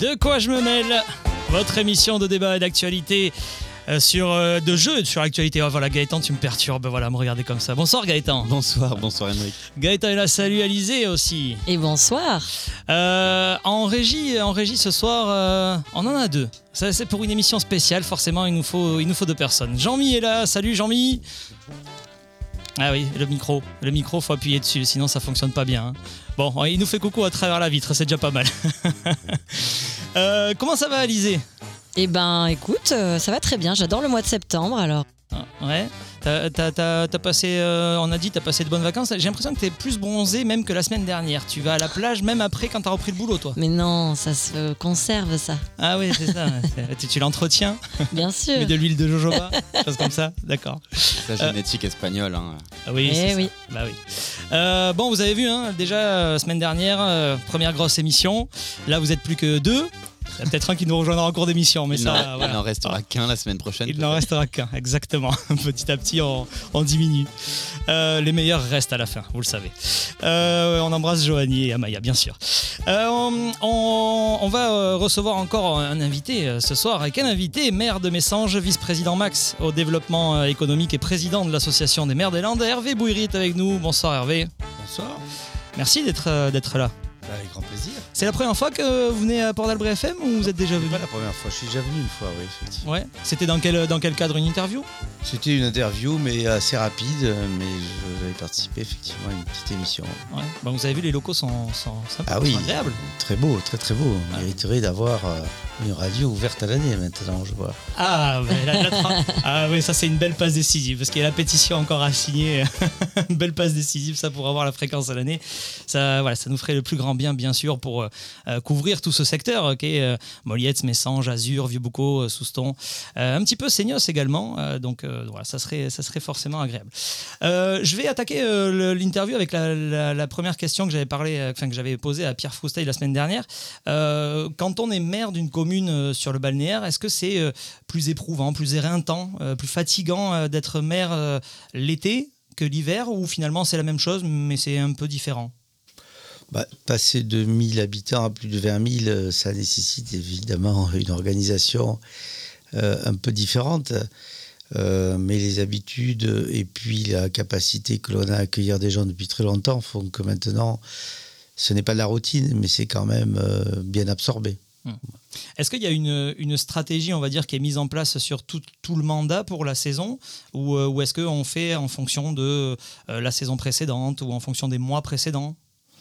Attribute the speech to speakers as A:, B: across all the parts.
A: De quoi je me mêle, votre émission de débat et d'actualité de jeux sur l'actualité. Oh, voilà, Gaëtan, tu me perturbes, voilà, me regarder comme ça. Bonsoir Gaëtan.
B: Bonsoir Henrik.
A: Gaëtan est là, salut Alizé aussi.
C: Et bonsoir.
A: En régie ce soir, on en a deux. Ça, c'est pour une émission spéciale, forcément il nous faut deux personnes. Jean-Mi est là, salut Jean-Mi. Ah oui, le micro, faut appuyer dessus, sinon ça fonctionne pas bien. Hein. Bon, il nous fait coucou à travers la vitre, c'est déjà pas mal. Comment ça va Alizé ?
C: Eh ben, écoute, ça va très bien. J'adore le mois de septembre, alors.
A: Ouais. T'as passé, on a dit, t'as passé de bonnes vacances. J'ai l'impression que t'es plus bronzé même que la semaine dernière. Tu vas à la plage même après quand t'as repris le boulot, toi.
C: Mais non, ça se conserve, ça.
A: Ah oui, c'est ça. Tu l'entretiens.
C: Bien sûr.
A: Mais de l'huile de jojoba, chose comme ça. D'accord.
B: La génétique espagnole. Hein.
A: Ah oui, c'est
C: oui.
A: Ça. Bah oui. Bon, vous avez vu, hein, déjà semaine dernière, première grosse émission. Là, vous êtes plus que deux. Il y a peut-être un qui nous rejoindra en cours d'émission, mais
B: il n'en restera qu'un la semaine prochaine.
A: Il n'en restera qu'un, exactement. Petit à petit, on diminue. Les meilleurs restent à la fin, vous le savez. On embrasse Joanie et Amaya, bien sûr. On va recevoir encore un invité ce soir. Et quel invité ? Maire de Messanges, vice-président Max au développement économique et président de l'association des maires des Landes. Hervé Bouillery est avec nous. Bonsoir Hervé.
D: Bonsoir.
A: Merci d'être là.
D: Avec grand plaisir.
A: C'est la première fois que vous venez à Port d'Albret FM ou vous êtes déjà venu ?
D: Pas la première fois, je suis déjà venu une fois, oui, effectivement.
A: Ouais. C'était dans quel cadre ? Une interview ?
D: C'était une interview, mais assez rapide, mais j'avais participé effectivement à une petite émission.
A: Ouais. Bon, vous avez vu, les locaux sont sympas,
D: oui,
A: sont agréables.
D: Très beau, très très beau. On mériterait d'avoir une radio ouverte à l'année maintenant, je vois.
A: Ah, oui, ça c'est une belle passe décisive, parce qu'il y a la pétition encore à signer. Une belle passe décisive, ça, pour avoir la fréquence à l'année. Ça nous ferait le plus grand bien sûr, pour couvrir tout ce secteur qui est Molietz, Messanges, Azur, Vieux-Boucau, Souston, un petit peu Seignos également. Donc voilà, ça serait forcément agréable. Je vais attaquer l'interview avec la première question que j'avais posée à Pierre Frousteil la semaine dernière. Quand on est maire d'une commune sur le balnéaire, est-ce que c'est plus éprouvant, plus éreintant, plus fatigant d'être maire l'été que l'hiver, ou finalement c'est la même chose mais c'est un peu différent ?
D: Passer de 1000 habitants à plus de 20 000, ça nécessite évidemment une organisation un peu différente. Mais les habitudes et puis la capacité que l'on a à accueillir des gens depuis très longtemps font que maintenant, ce n'est pas de la routine, mais c'est quand même bien absorbé.
A: Est-ce qu'il y a une stratégie, on va dire, qui est mise en place sur tout le mandat pour la saison, ou est-ce qu'on fait en fonction de la saison précédente ou en fonction des mois précédents ?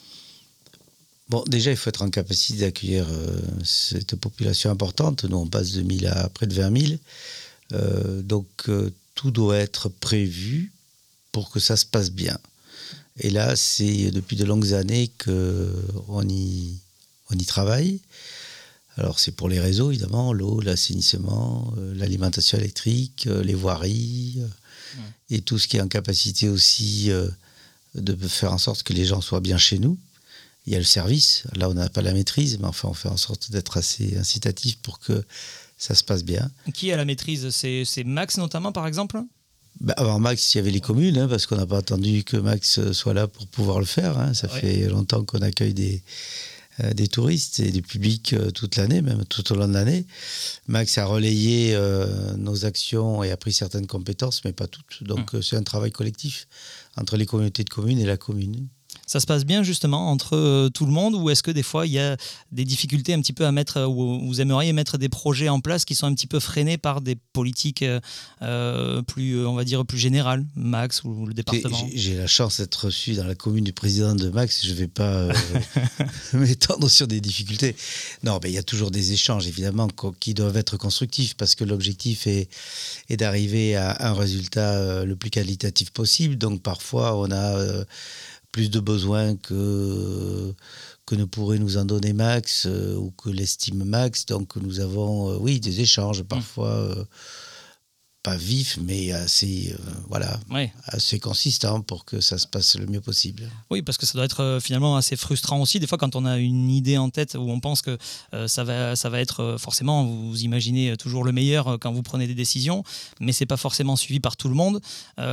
D: Bon, déjà, il faut être en capacité d'accueillir cette population importante. Nous, on passe de 1000 à près de 20 000. Donc, tout doit être prévu pour que ça se passe bien. Et là, c'est depuis de longues années qu'on y travaille. Alors, c'est pour les réseaux, évidemment, l'eau, l'assainissement, l'alimentation électrique, les voiries, et tout ce qui est en capacité aussi de faire en sorte que les gens soient bien chez nous. Il y a le service, là on n'a pas la maîtrise, mais enfin on fait en sorte d'être assez incitatif pour que ça se passe bien.
A: Qui a la maîtrise ? C'est Max notamment par exemple ?
D: Avant Max, il y avait les communes, parce qu'on n'a pas attendu que Max soit là pour pouvoir le faire. Ça fait longtemps qu'on accueille des touristes et du public toute l'année, même tout au long de l'année. Max a relayé nos actions et a pris certaines compétences, mais pas toutes. Donc c'est un travail collectif entre les communautés de communes et la commune.
A: Ça se passe bien justement entre tout le monde, ou est-ce que des fois il y a des difficultés un petit peu à mettre, ou vous aimeriez mettre des projets en place qui sont un petit peu freinés par des politiques plus, on va dire, plus générales, Max ou le département ?
D: J'ai la chance d'être reçu dans la commune du président de Max, je ne vais pas m'étendre sur des difficultés. Non, mais il y a toujours des échanges évidemment qui doivent être constructifs, parce que l'objectif est d'arriver à un résultat le plus qualitatif possible. Donc parfois on a plus de besoins que ne pourrait nous en donner Max ou que l'estime Max. Donc nous avons, des échanges parfois pas vif, mais assez,
A: Ouais.
D: assez consistant pour que ça se passe le mieux possible.
A: Oui, parce que ça doit être finalement assez frustrant aussi. Des fois, quand on a une idée en tête où on pense que ça va être forcément, vous imaginez toujours le meilleur quand vous prenez des décisions, mais c'est pas forcément suivi par tout le monde.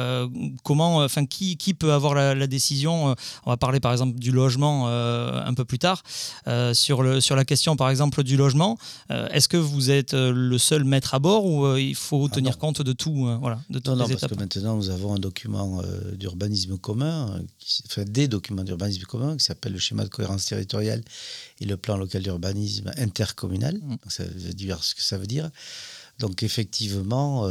A: Qui peut avoir la décision On va parler par exemple du logement un peu plus tard. Sur la question par exemple du logement, est-ce que vous êtes le seul maître à bord ou il faut tenir compte de tout, de toutes les
D: parce
A: étapes?
D: que maintenant nous avons un document d'urbanisme commun, des documents d'urbanisme commun qui s'appelle le schéma de cohérence territoriale et le plan local d'urbanisme intercommunal. Donc, ça veut dire ce que ça veut dire. Donc effectivement,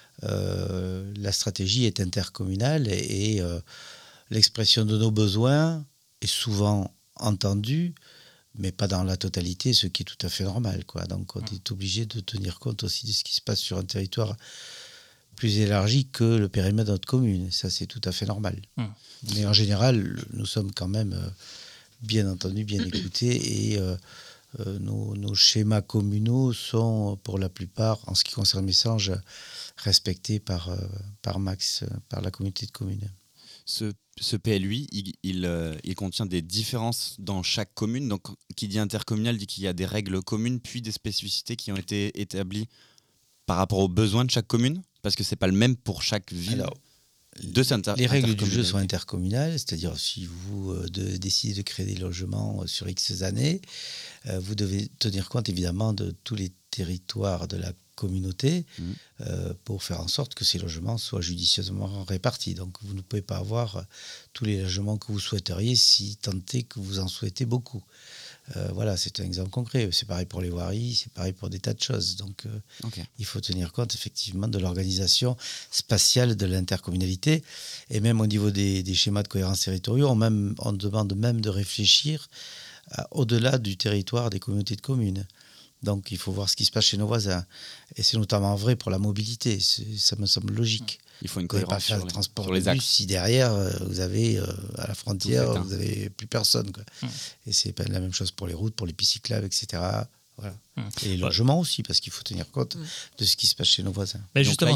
D: la stratégie est intercommunale et l'expression de nos besoins est souvent entendue, mais pas dans la totalité, ce qui est tout à fait normal, quoi. Donc on est obligé de tenir compte aussi de ce qui se passe sur un territoire plus élargi que le périmètre de notre commune. Ça, c'est tout à fait normal. Mais en général, nous sommes quand même bien entendus, bien écoutés, et nos schémas communaux sont, pour la plupart, en ce qui concerne Messanges, respectés par Max, par la communauté de communes.
B: Ce PLUI, il contient des différences dans chaque commune. Donc, qui dit intercommunal dit qu'il y a des règles communes, puis des spécificités qui ont été établies par rapport aux besoins de chaque commune, parce que c'est pas le même pour chaque ville.
D: Alors, les règles du jeu sont intercommunales, c'est-à-dire si vous décidez de créer des logements sur X années, vous devez tenir compte évidemment de tous les territoires de la communauté pour faire en sorte que ces logements soient judicieusement répartis. Donc vous ne pouvez pas avoir tous les logements que vous souhaiteriez si tant est que vous en souhaitez beaucoup. Voilà, c'est un exemple concret. C'est pareil pour les voiries, c'est pareil pour des tas de choses. Donc il faut tenir compte effectivement de l'organisation spatiale de l'intercommunalité. Et même au niveau des schémas de cohérence territoriaux, on demande même de réfléchir au-delà du territoire des communautés de communes. Donc il faut voir ce qui se passe chez nos voisins. Et c'est notamment vrai pour la mobilité. Ça me semble logique.
B: Il faut une
D: vous ne pouvez pas faire le transport de bus si derrière, vous avez à la frontière, vous n'avez plus personne, quoi. Et c'est pas la même chose pour les routes, pour les pistes cyclables, etc. Voilà. Et les logements aussi, parce qu'il faut tenir compte de ce qui se passe chez nos voisins.
A: Mais justement,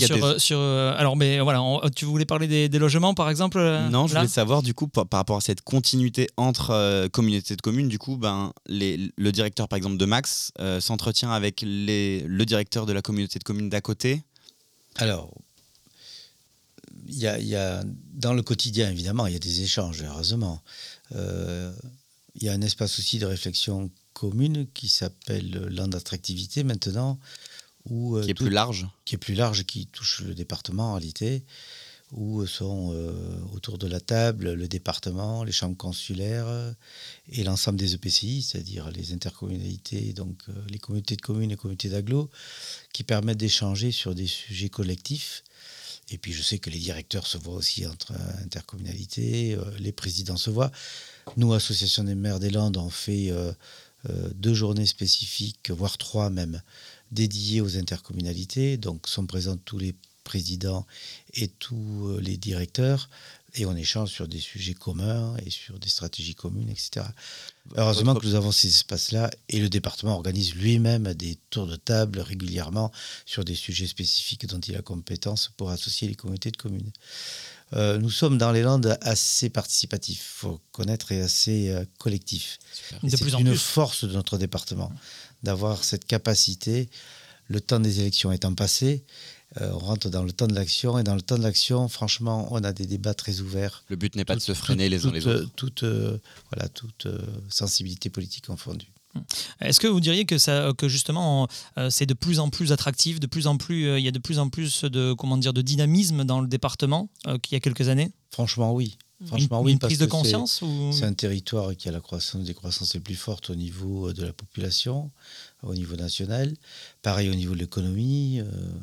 A: tu voulais parler des logements, par exemple
B: Non, je voulais savoir, du coup, par rapport à cette continuité entre communautés de communes, du coup, le directeur, par exemple, de Max s'entretient avec le directeur de la communauté de communes d'à côté.
D: Alors, il y a, dans le quotidien, évidemment, il y a des échanges, heureusement. Il y a un espace aussi de réflexion commune qui s'appelle Land d'attractivité maintenant.
B: Qui est plus large.
D: Qui est plus large, qui touche le département en réalité, où sont autour de la table le département, les chambres consulaires et l'ensemble des EPCI, c'est-à-dire les intercommunalités, donc les communautés de communes et les communautés d'agglo, qui permettent d'échanger sur des sujets collectifs. Et puis je sais que les directeurs se voient aussi entre intercommunalités, les présidents se voient. Nous, Association des maires des Landes, on fait 2 journées spécifiques, voire 3 même, dédiées aux intercommunalités. Donc sont présents tous les présidents et tous les directeurs. Et on échange sur des sujets communs et sur des stratégies communes, etc. Heureusement que nous avons ces espaces-là et le département organise lui-même des tours de table régulièrement sur des sujets spécifiques dont il a compétence pour associer les communautés de communes. Nous sommes dans les Landes assez participatifs, il faut connaître, et assez collectifs. C'est une force de notre département d'avoir cette capacité, le temps des élections étant passé, on rentre dans le temps de l'action, et dans le temps de l'action, franchement, on a des débats très ouverts.
B: Le but n'est pas de se freiner les uns les autres.
D: Toute sensibilité politique confondue.
A: Est-ce que vous diriez que justement c'est de plus en plus attractif, il y a de plus en plus de dynamisme dans le département qu'il y a quelques années?
D: Franchement, oui.
A: Une prise de conscience
D: c'est un territoire qui a des croissances les plus fortes au niveau de la population, au niveau national, pareil au niveau de l'économie.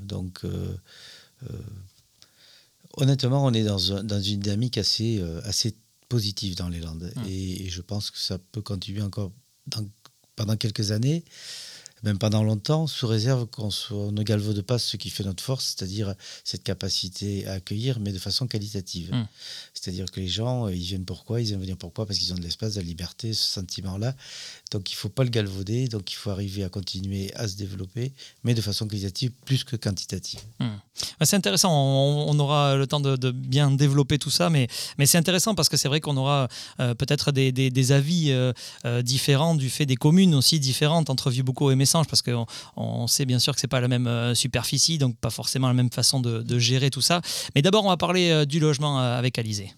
D: Honnêtement, on est dans une dynamique assez positive dans les Landes. Et je pense que ça peut continuer encore pendant quelques années. même pendant longtemps, sous réserve on ne galvaude pas ce qui fait notre force, c'est-à-dire cette capacité à accueillir, mais de façon qualitative. C'est-à-dire que les gens, ils viennent pourquoi ? Ils aiment venir pourquoi ? Parce qu'ils ont de l'espace, de la liberté, ce sentiment-là. Donc il ne faut pas le galvauder, donc il faut arriver à continuer à se développer, mais de façon qualitative plus que quantitative.
A: C'est intéressant, on aura le temps de bien développer tout ça, mais c'est intéressant parce que c'est vrai qu'on aura peut-être des avis différents du fait des communes aussi différentes entre Vieux-Boucau et Messanges, parce qu'on sait bien sûr que ce n'est pas la même superficie, donc pas forcément la même façon de gérer tout ça. Mais d'abord, on va parler du logement avec Alizé.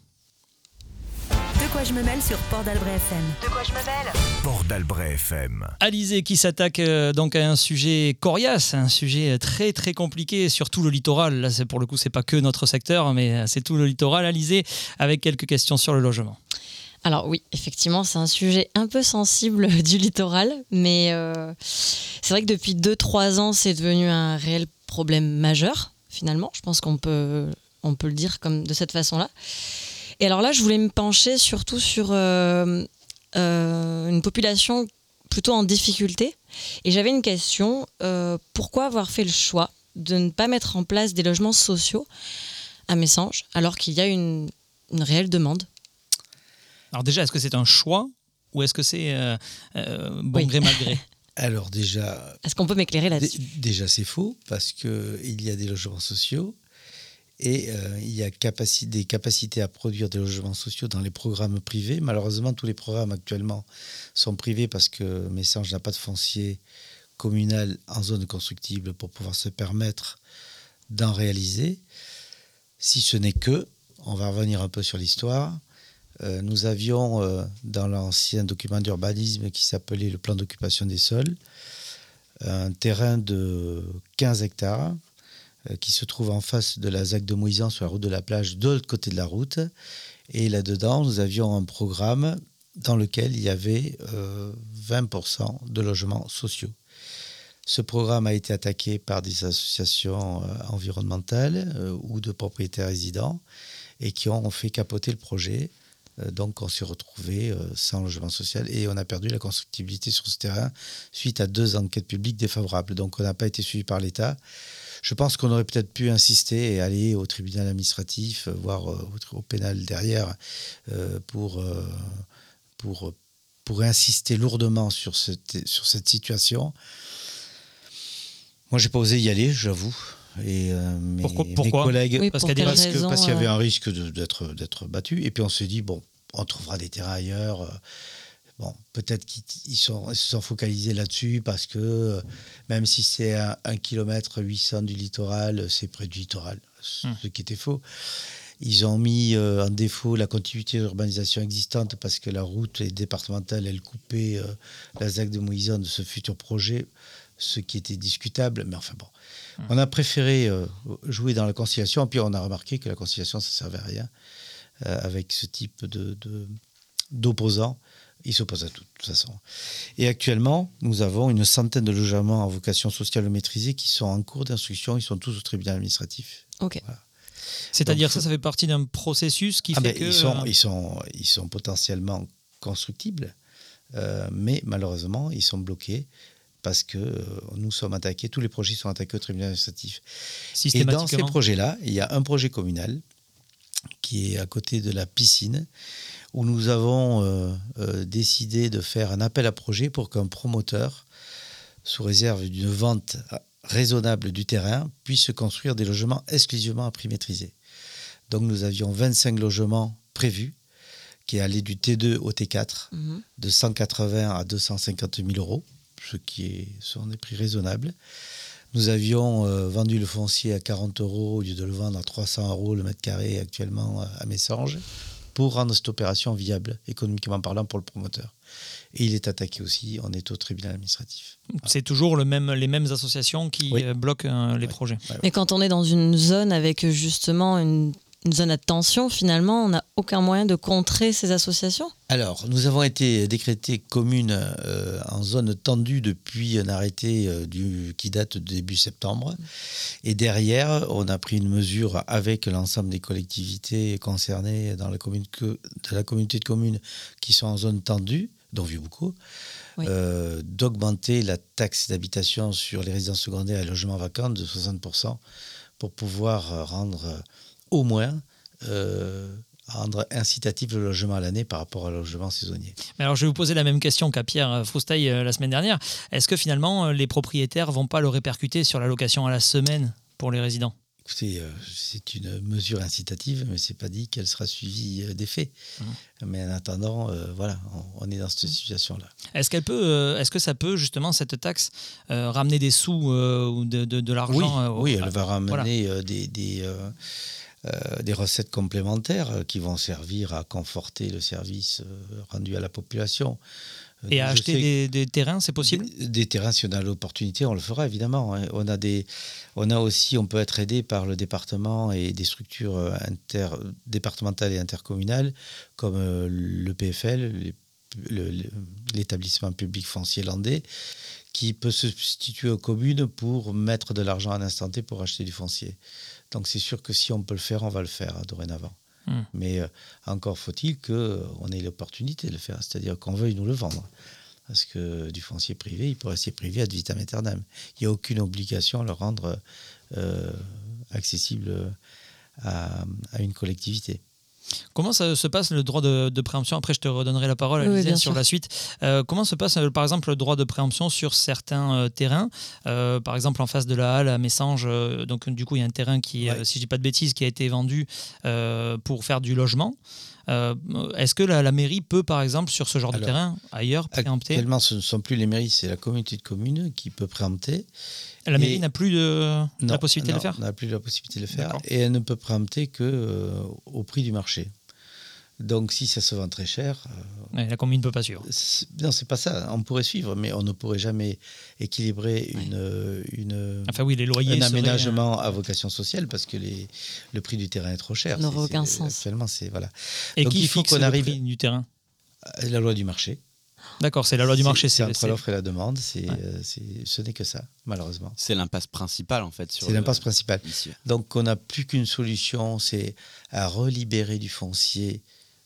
E: De quoi je me mêle sur Port d'Albret FM.
F: De quoi je me mêle ?
G: Port d'Albret FM.
A: Alizé qui s'attaque donc à un sujet coriace, un sujet très très compliqué sur tout le littoral. Là, pour le coup, c'est pas que notre secteur, mais c'est tout le littoral. Alizé, avec quelques questions sur le logement.
C: Alors oui, effectivement, c'est un sujet un peu sensible du littoral, mais c'est vrai que depuis 2-3 ans, c'est devenu un réel problème majeur, finalement. Je pense qu'on peut le dire comme de cette façon-là. Et alors là, je voulais me pencher surtout sur une population plutôt en difficulté. Et j'avais une question, pourquoi avoir fait le choix de ne pas mettre en place des logements sociaux à Messanges, alors qu'il y a une réelle demande ?
A: Alors déjà, est-ce que c'est un choix ou est-ce que c'est bon gré mal gré ?
D: Alors déjà...
C: Est-ce qu'on peut m'éclairer là-dessus ?
D: Déjà, c'est faux, parce qu'il y a des logements sociaux et il y a des capacités à produire des logements sociaux dans les programmes privés. Malheureusement, tous les programmes actuellement sont privés parce que Messanges n'a pas de foncier communal en zone constructible pour pouvoir se permettre d'en réaliser. Si ce n'est que, on va revenir un peu sur l'histoire, nous avions dans l'ancien document d'urbanisme qui s'appelait le plan d'occupation des sols, un terrain de 15 hectares qui se trouve en face de la ZAC de Moisan sur la route de la plage, de l'autre côté de la route. Et là-dedans, nous avions un programme dans lequel il y avait 20% de logements sociaux. Ce programme a été attaqué par des associations environnementales ou de propriétaires résidents et qui ont fait capoter le projet. Donc on s'est retrouvé sans logement social et on a perdu la constructibilité sur ce terrain suite à 2 enquêtes publiques défavorables. Donc on n'a pas été suivi par l'État. Je pense qu'on aurait peut-être pu insister et aller au tribunal administratif, voire au pénal derrière, pour insister lourdement sur cette situation. Moi, j'ai pas osé y aller, j'avoue. Et
A: Pourquoi
D: mes collègues,
C: Oui,
A: parce
C: pour
A: qu'il y a des
C: quelle raison,
D: parce qu'il y avait un risque d'être battu. Et puis on s'est dit, bon, on trouvera des terrains ailleurs. Bon, peut-être qu'ils se sont focalisés là-dessus parce que même si c'est à 1 km 800 du littoral, c'est près du littoral, ce qui était faux. Ils ont mis en défaut la continuité d'urbanisation existante parce que la route départementale, elle coupait la ZAC de Moisan de ce futur projet, ce qui était discutable. Mais enfin bon, on a préféré jouer dans la conciliation. Puis on a remarqué que la conciliation, ça ne servait à rien. Avec ce type d'opposants, ils s'opposent à tout, de toute façon. Et actuellement, nous avons une centaine de logements en vocation sociale maîtrisée qui sont en cours d'instruction. Ils sont tous au tribunal administratif.
C: Ok.
D: Voilà.
A: C'est-à-dire
D: donc,
A: ça fait partie d'un processus qui fait que...
D: Ils sont potentiellement constructibles, mais malheureusement, ils sont bloqués parce que nous sommes attaqués, tous les projets sont attaqués au tribunal administratif. Et dans ces projets-là, il y a un projet communal qui est à côté de la piscine, où nous avons décidé de faire un appel à projet pour qu'un promoteur, sous réserve d'une vente raisonnable du terrain, puisse construire des logements exclusivement à prix maîtrisé. Donc nous avions 25 logements prévus, qui allaient du T2 au T4, de 180 à 250 000 euros, sont des prix raisonnables. Nous avions vendu le foncier à 40 euros au lieu de le vendre à 300 euros le mètre carré actuellement à Messanges, pour rendre cette opération viable, économiquement parlant, pour le promoteur. Et il est attaqué aussi, on est au tribunal administratif.
A: C'est toujours les mêmes associations qui bloquent les projets.
C: Mais quand on est dans une zone avec justement une zone à tension, finalement, on n'a aucun moyen de contrer ces associations ?
D: Alors, nous avons été décrétés commune en zone tendue depuis un arrêté qui date de début septembre. Et derrière, on a pris une mesure avec l'ensemble des collectivités concernées dans la communauté de communes qui sont en zone tendue, dont Vieux-Boucau,
C: Oui.
D: d'augmenter la taxe d'habitation sur les résidences secondaires et logements vacants de 60% pour pouvoir au moins rendre incitatif le logement à l'année par rapport au logement saisonnier.
A: Mais alors, je vais vous poser la même question qu'à Pierre Froustaille la semaine dernière. Est-ce que finalement, les propriétaires ne vont pas le répercuter sur la location à la semaine pour les résidents ?
D: Écoutez, c'est une mesure incitative, mais ce n'est pas dit qu'elle sera suivie des faits. Mais en attendant, voilà, on est dans cette situation-là.
A: Est-ce que ça peut, justement, cette taxe, ramener des sous ou de l'argent
D: Oui, elle va ramener
A: voilà.
D: des recettes complémentaires qui vont servir à conforter le service rendu à la population.
A: Et à acheter des terrains, c'est possible ?
D: Des terrains, si on a l'opportunité, on le fera évidemment. Hein. On peut être aidé par le département et des structures départementales et intercommunales comme le PFL, l'établissement public foncier landais, qui peut se substituer aux communes pour mettre de l'argent à un instant T pour acheter du foncier. Donc c'est sûr que si on peut le faire, on va le faire dorénavant. Mais encore faut-il qu'on ait l'opportunité de le faire, c'est-à-dire qu'on veuille nous le vendre. Parce que du foncier privé, il peut rester privé ad vitam aeternam. Il n'y a aucune obligation à le rendre accessible à une collectivité.
A: Comment ça se passe le droit de préemption ? Après, je te redonnerai la parole, Alizée, sur la suite. Comment se passe, par exemple, le droit de préemption sur certains terrains ? Par exemple, en face de la halle à Messanges, donc du coup, il y a un terrain qui, si je ne dis pas de bêtises, qui a été vendu pour faire du logement. Est-ce que la mairie peut, par exemple, sur ce genre de terrain, ailleurs, préempter ?
D: Actuellement, ce ne sont plus les mairies, c'est la communauté de communes qui peut préempter.
A: La mairie n'a plus la possibilité de le faire ?
D: Non, n'a plus la possibilité de le faire. Et elle ne peut préempter qu'au prix du marché. Donc, si ça se vend très cher...
A: la commune ne peut pas suivre.
D: Non, c'est pas ça. On pourrait suivre, mais on ne pourrait jamais équilibrer
A: les loyers
D: un aménagement à vocation sociale parce que le prix du terrain est trop cher.
C: Ça n'aurait aucun sens.
D: Actuellement, c'est... Voilà.
A: Et
D: donc,
A: qui fixe le prix du terrain ?
D: La loi du marché.
A: D'accord, c'est la loi du marché.
D: C'est entre l'offre et la demande. Ce n'est que ça, malheureusement.
B: C'est l'impasse principale, en fait.
D: C'est l'impasse principale.
B: Ici.
D: Donc, on n'a plus qu'une solution, c'est à relibérer du foncier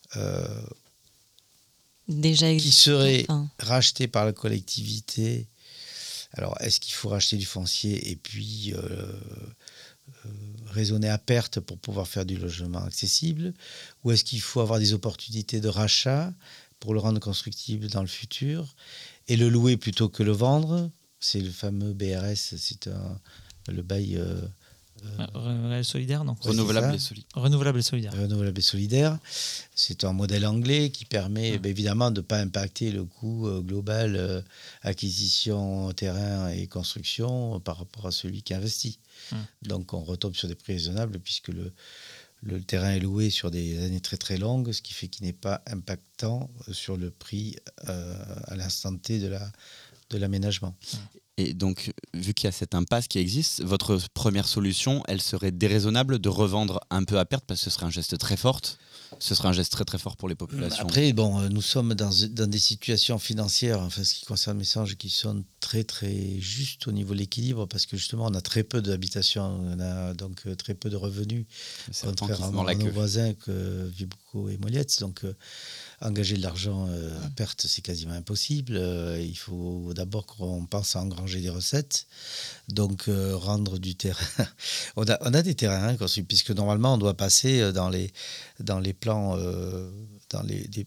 D: qui serait racheté par la collectivité. Alors, est-ce qu'il faut racheter du foncier et puis raisonner à perte pour pouvoir faire du logement accessible ? Ou est-ce qu'il faut avoir des opportunités de rachat pour le rendre constructible dans le futur et le louer plutôt que le vendre ? C'est le fameux BRS, c'est le bail...
A: solidaire, non ?
B: Renouvelable et solidaire.
A: Renouvelable et solidaire.
D: Renouvelable et solidaire. C'est un modèle anglais qui permet évidemment de ne pas impacter le coût global acquisition, terrain et construction par rapport à celui qui investit. Donc on retombe sur des prix raisonnables puisque le terrain est loué sur des années très très longues, ce qui fait qu'il n'est pas impactant sur le prix à l'instant T de l'aménagement.
B: Et donc, vu qu'il y a cette impasse qui existe, votre première solution, elle serait déraisonnable de revendre un peu à perte parce que ce serait un geste très fort. Ce serait un geste très très fort pour les populations.
D: Après, nous sommes dans des situations financières, enfin, ce qui concerne Messanges, qui sont très très justes au niveau de l'équilibre parce que justement, on a très peu d'habitations, on a donc très peu de revenus, contrairement à nos voisins que Vibucco et Moliette. Donc, engager de l'argent à perte, c'est quasiment impossible. Il faut d'abord qu'on pense à engranger des recettes. Donc, rendre du terrain. on a des terrains construits, puisque normalement, on doit passer dans les plans, dans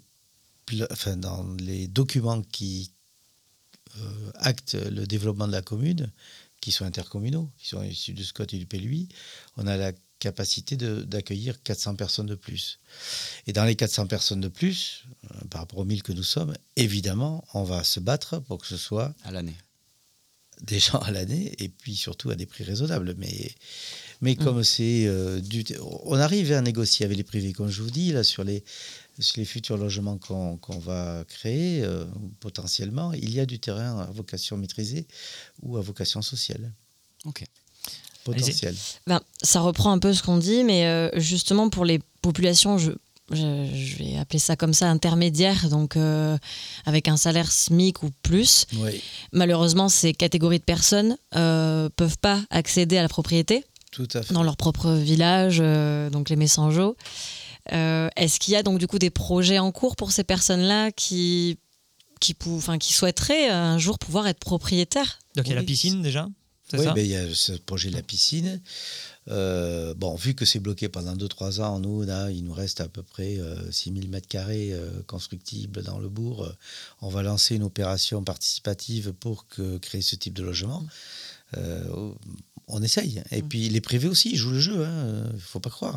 D: les documents qui actent le développement de la commune, qui sont intercommunaux, qui sont issus du SCOT et du PLUI. On a la capacité d'accueillir 400 personnes de plus. Et dans les 400 personnes de plus, par rapport aux 1000 que nous sommes, évidemment, on va se battre pour que ce soit
B: à l'année.
D: Des gens à l'année et puis surtout à des prix raisonnables. Mais comme c'est on arrive à négocier avec les privés, comme je vous dis, là, sur les futurs logements qu'on va créer, potentiellement, il y a du terrain à vocation maîtrisée ou à vocation sociale.
B: Ok.
D: Potentiel.
C: Ça reprend un peu ce qu'on dit, mais justement pour les populations, je vais appeler ça comme ça, intermédiaires, donc avec un salaire SMIC ou plus.
D: Oui.
C: Malheureusement, ces catégories de personnes peuvent pas accéder à la propriété.
D: Tout à fait.
C: Dans leur propre village, donc les Messangeaux. Est-ce qu'il y a donc du coup des projets en cours pour ces personnes-là qui qui souhaiteraient un jour pouvoir être propriétaires.
A: Donc il y a la
D: Oui.
A: piscine déjà, c'est
D: Oui,
A: ça
D: il y a ce projet de la piscine. Vu que c'est bloqué pendant 2-3 ans, nous, là, il nous reste à peu près 6000 mètres carrés constructibles dans le bourg. On va lancer une opération participative pour créer ce type de logement. On essaye. Et puis les privés aussi, ils jouent le jeu. Il ne faut pas croire.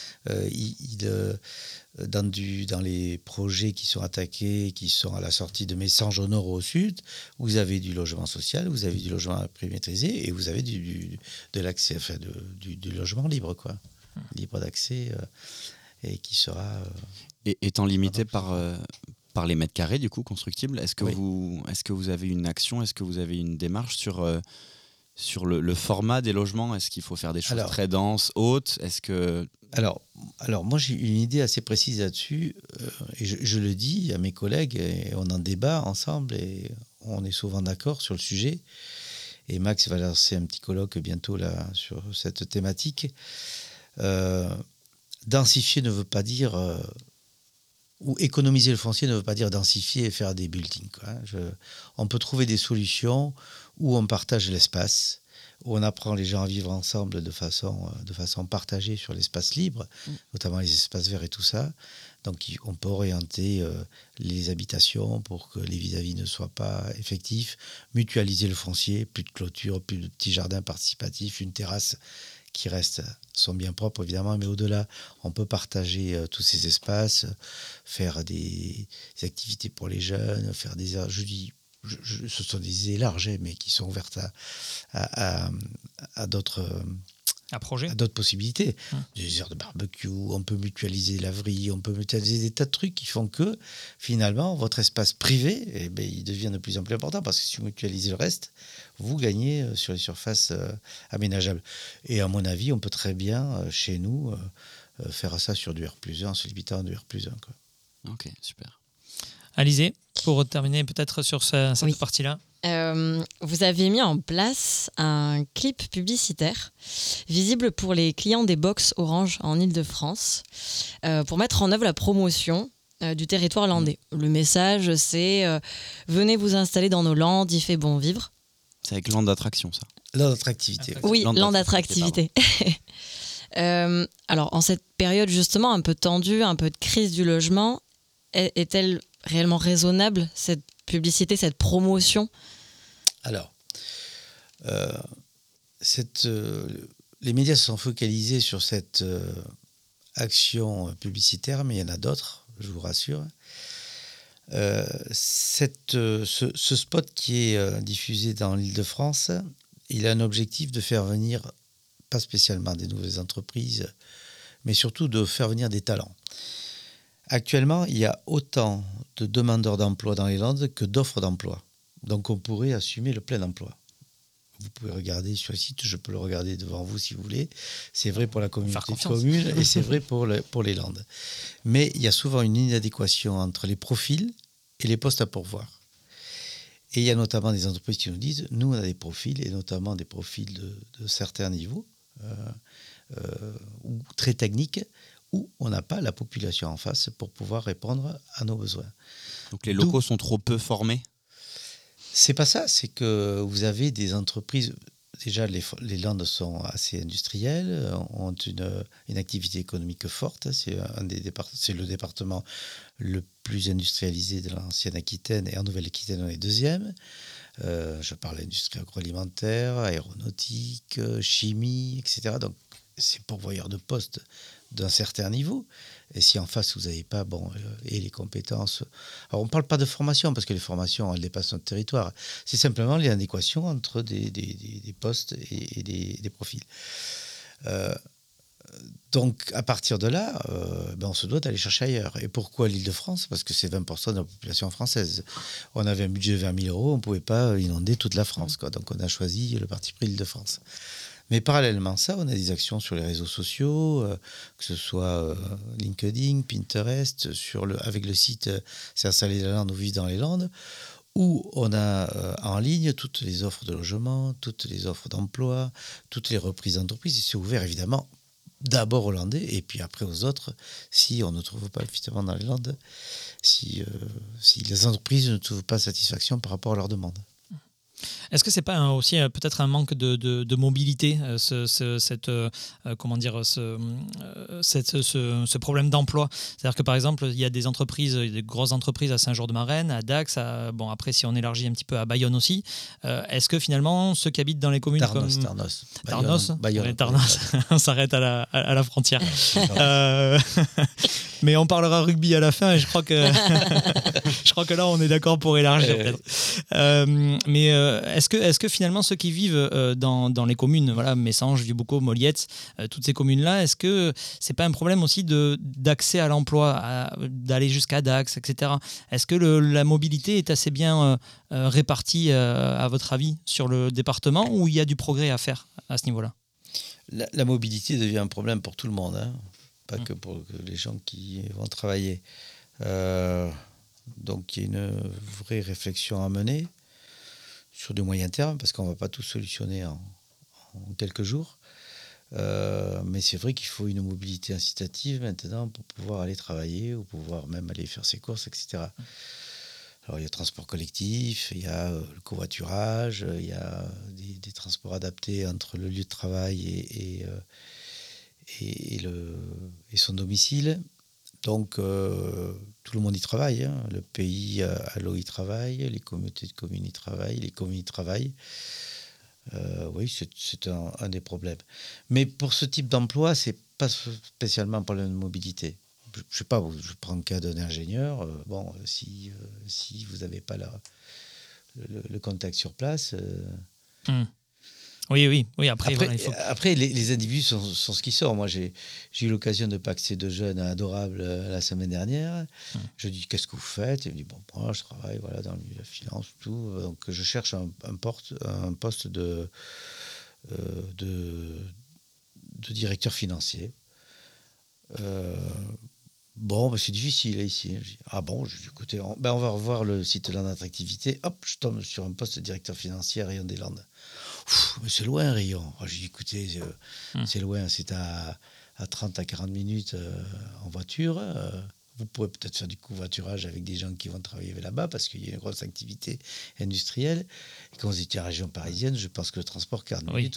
D: Dans les projets qui sont attaqués, qui sont à la sortie de Messanges au nord ou au sud, vous avez du logement social, vous avez du logement maîtrisé et vous avez de l'accès, du logement libre, quoi. Libre d'accès et qui sera...
B: Et étant limité par les mètres carrés du coup constructibles, est-ce que
D: Oui.
B: vous avez une action, est-ce que vous avez une démarche sur le format des logements? Est-ce qu'il faut faire des choses très denses, hautes? Est-ce que...
D: Alors, moi, j'ai une idée assez précise là-dessus, et je le dis à mes collègues, et on en débat ensemble, et on est souvent d'accord sur le sujet. Et Max va lancer un petit colloque bientôt là, sur cette thématique. Densifier ne veut pas dire... ou économiser le foncier ne veut pas dire densifier et faire des buildings, quoi. On peut trouver des solutions où on partage l'espace, où on apprend les gens à vivre ensemble de façon partagée sur l'espace libre, notamment les espaces verts et tout ça. Donc on peut orienter les habitations pour que les vis-à-vis ne soient pas effectifs, mutualiser le foncier, plus de clôture, plus de petits jardins participatifs, une terrasse qui restent sont bien propres évidemment, mais au-delà, on peut partager tous ces espaces, faire des activités pour les jeunes, faire des... ce sont des idées larges, mais qui sont ouvertes à d'autres...
A: Un projet.
D: à d'autres possibilités. Des aires de barbecue, on peut mutualiser la vrille, on peut mutualiser des tas de trucs qui font que, finalement, votre espace privé, il devient de plus en plus important parce que si vous mutualisez le reste, vous gagnez sur les surfaces aménageables. Et à mon avis, on peut très bien, chez nous, faire ça sur du R+1, en se limitant à du R+1. Quoi.
B: Ok, super.
A: Alizé, pour terminer peut-être sur cette partie-là.
C: Vous avez mis en place un clip publicitaire visible pour les clients des box Orange en Ile-de-France pour mettre en œuvre la promotion du territoire landais. Le message, c'est venez vous installer dans nos landes, il fait bon vivre.
B: C'est avec land d'attraction, ça.
D: Land d'attractivité.
C: Oui, land d'attractivité. Alors, en cette période justement un peu tendue, un peu de crise du logement, est-elle réellement raisonnable, cette publicité, cette promotion?
D: Alors, les médias se sont focalisés sur cette action publicitaire, mais il y en a d'autres, je vous rassure. Ce spot qui est diffusé dans l'Île-de-France, il a un objectif de faire venir, pas spécialement des nouvelles entreprises, mais surtout de faire venir des talents. Actuellement, il y a autant de demandeurs d'emploi dans les Landes que d'offres d'emploi. Donc, on pourrait assumer le plein emploi. Vous pouvez regarder sur le site, je peux le regarder devant vous si vous voulez. C'est vrai pour la communauté de communes et c'est vrai pour les Landes. Mais il y a souvent une inadéquation entre les profils et les postes à pourvoir. Et il y a notamment des entreprises qui nous disent, nous, on a des profils, et notamment des profils de certains niveaux, ou très techniques, où on n'a pas la population en face pour pouvoir répondre à nos besoins.
B: Donc les locaux sont trop peu formés?
D: C'est pas ça, c'est que vous avez des entreprises... Déjà, les Landes sont assez industrielles, ont une activité économique forte. C'est le département le plus industrialisé de l'ancienne Aquitaine, et en Nouvelle-Aquitaine, on est deuxième. Je parle d'industrie agroalimentaire, aéronautique, chimie, etc. Donc, c'est pourvoyeur de postes d'un certain niveau. Et si en face, vous n'avez pas et les compétences... Alors, on ne parle pas de formation, parce que les formations, elles dépassent notre territoire. C'est simplement l'inadéquation entre des postes et des profils. Donc, à partir de là, on se doit d'aller chercher ailleurs. Et pourquoi l'Île-de-France? Parce que c'est 20% de la population française. On avait un budget de 20 000 €, on ne pouvait pas inonder toute la France, quoi. Donc, on a choisi le parti pris l'Île-de-France. Mais parallèlement à ça, on a des actions sur les réseaux sociaux, que ce soit LinkedIn, Pinterest, avec le site C'est installé la Lande ou Vivre dans les Landes, où on a en ligne toutes les offres de logement, toutes les offres d'emploi, toutes les reprises d'entreprise. C'est ouvert évidemment d'abord aux Landais et puis après aux autres si on ne trouve pas effectivement dans les Landes, si les entreprises ne trouvent pas satisfaction par rapport à leurs demandes.
A: Est-ce que c'est pas aussi peut-être un manque de mobilité, ce problème d'emploi? C'est-à-dire que par exemple, il y a des grosses entreprises à Saint-Jean-de-Maurienne, à Dax, après si on élargit un petit peu à Bayonne aussi. Est-ce que finalement ceux qui habitent dans les communes
D: Tarnos,
A: Bayonne, Tarnos, on s'arrête à la frontière. Mais on parlera rugby à la fin et je crois que là on est d'accord pour élargir peut-être. Mais est-ce que finalement ceux qui vivent dans les communes, voilà, Messanges, Vieux-Boucau, Moliette, toutes ces communes-là, est-ce que c'est pas un problème aussi d'accès à l'emploi, d'aller jusqu'à Dax, etc. Est-ce que la mobilité est assez bien répartie, à votre avis, sur le département, ou il y a du progrès à faire à ce niveau-là?
D: La mobilité devient un problème pour tout le monde, hein, pas que pour les gens qui vont travailler. Donc il y a une vraie réflexion à mener sur du moyen terme, parce qu'on ne va pas tout solutionner en quelques jours. Mais c'est vrai qu'il faut une mobilité incitative maintenant pour pouvoir aller travailler ou pouvoir même aller faire ses courses, etc. Alors il y a le transport collectif, il y a le covoiturage, il y a des transports adaptés entre le lieu de travail et son domicile. Donc tout le monde y travaille, hein. Le pays à l'eau y travaille, les communautés de communes y travaillent, les communes y travaillent. Oui, c'est un des problèmes. Mais pour ce type d'emploi, c'est pas spécialement un problème de mobilité. Je sais pas, je prends le cas d'un ingénieur. Si vous n'avez pas le contact sur place.
A: Oui. Après, voilà,
D: après les individus sont ce qu'ils sont. Moi, j'ai eu l'occasion de paxer deux jeunes adorables la semaine dernière. Je dis, qu'est-ce que vous faites? Il me dit, moi, je travaille dans la finance, tout. Donc, je cherche un poste de directeur financier. C'est difficile ici. Je dis, je dis, écoutez, on va revoir le site Landes Attractivité. Hop, je tombe sur un poste de directeur financier à Rayon des Landes. Mais c'est loin, Rayon. J'ai dit, écoutez, c'est loin, c'est à 30 à 40 minutes en voiture. Vous pourrez peut-être faire du covoiturage avec des gens qui vont travailler là-bas parce qu'il y a une grosse activité industrielle. Et quand vous étiez en région parisienne, je pense que le transport 40 minutes,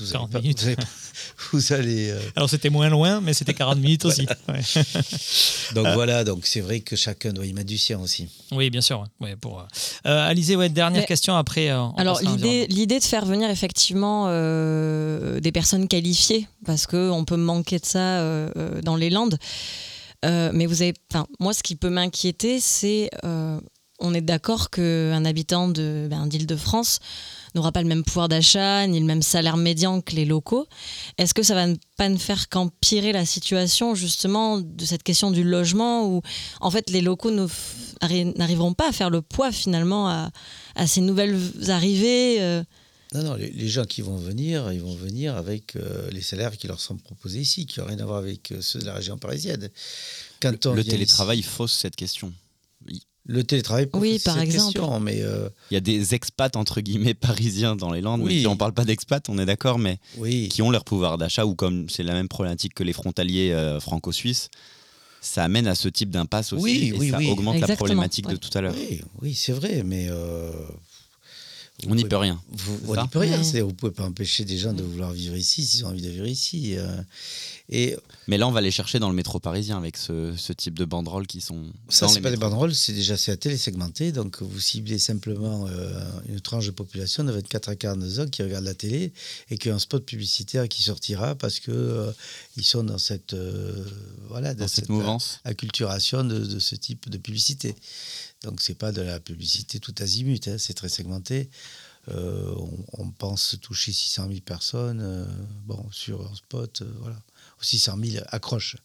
D: vous allez...
A: Alors c'était moins loin, mais c'était 40 minutes aussi. Ouais.
D: Donc voilà, donc c'est vrai que chacun doit y mettre du sien aussi.
A: Oui, bien sûr. Ouais, Alizée, dernière question après.
C: Alors l'idée de faire venir effectivement des personnes qualifiées, parce qu'on peut manquer de ça dans les Landes. Mais moi, ce qui peut m'inquiéter, c'est on est d'accord qu'un habitant d'Île-de-France n'aura pas le même pouvoir d'achat ni le même salaire médian que les locaux. Est-ce que ça va pas ne faire qu'empirer la situation justement de cette question du logement où en fait les locaux n'arriveront pas à faire le poids finalement à ces nouvelles arrivées
D: Non, les gens qui vont venir, ils vont venir avec les salaires qui leur sont proposés ici, qui n'ont rien à voir avec ceux de la région parisienne.
B: Le télétravail fausse cette question.
D: Le télétravail
C: par
D: cette
C: exemple.
D: Question, mais
B: il y a des expats, entre guillemets, parisiens dans les Landes.
D: Oui.
B: On ne parle pas d'expats, on est d'accord, mais
D: oui.
B: Qui ont leur pouvoir d'achat, ou comme c'est la même problématique que les frontaliers franco-suisses, ça amène à ce type d'impasse aussi, ça augmente
C: Exactement.
B: la problématique de tout à l'heure.
D: Oui, c'est vrai, mais...
B: on n'y peut rien.
D: On n'y peut rien. Vous ne pouvez pas empêcher des gens de vouloir vivre ici s'ils ont envie de vivre ici.
B: Mais là, on va les chercher dans le métro parisien avec ce type de banderoles qui sont.
D: Ça, c'est pas des banderoles, c'est déjà à télé-segmenté. Donc, vous ciblez simplement une tranche de population de 24 à 42 ans qui regarde la télé et qui a un spot publicitaire qui sortira parce que ils sont dans cette
B: mouvance,
D: acculturation de ce type de publicité. Donc, c'est pas de la publicité tout azimut, hein, c'est très segmenté. On pense toucher 600 000 personnes sur un spot, voilà. 600 000 accroches.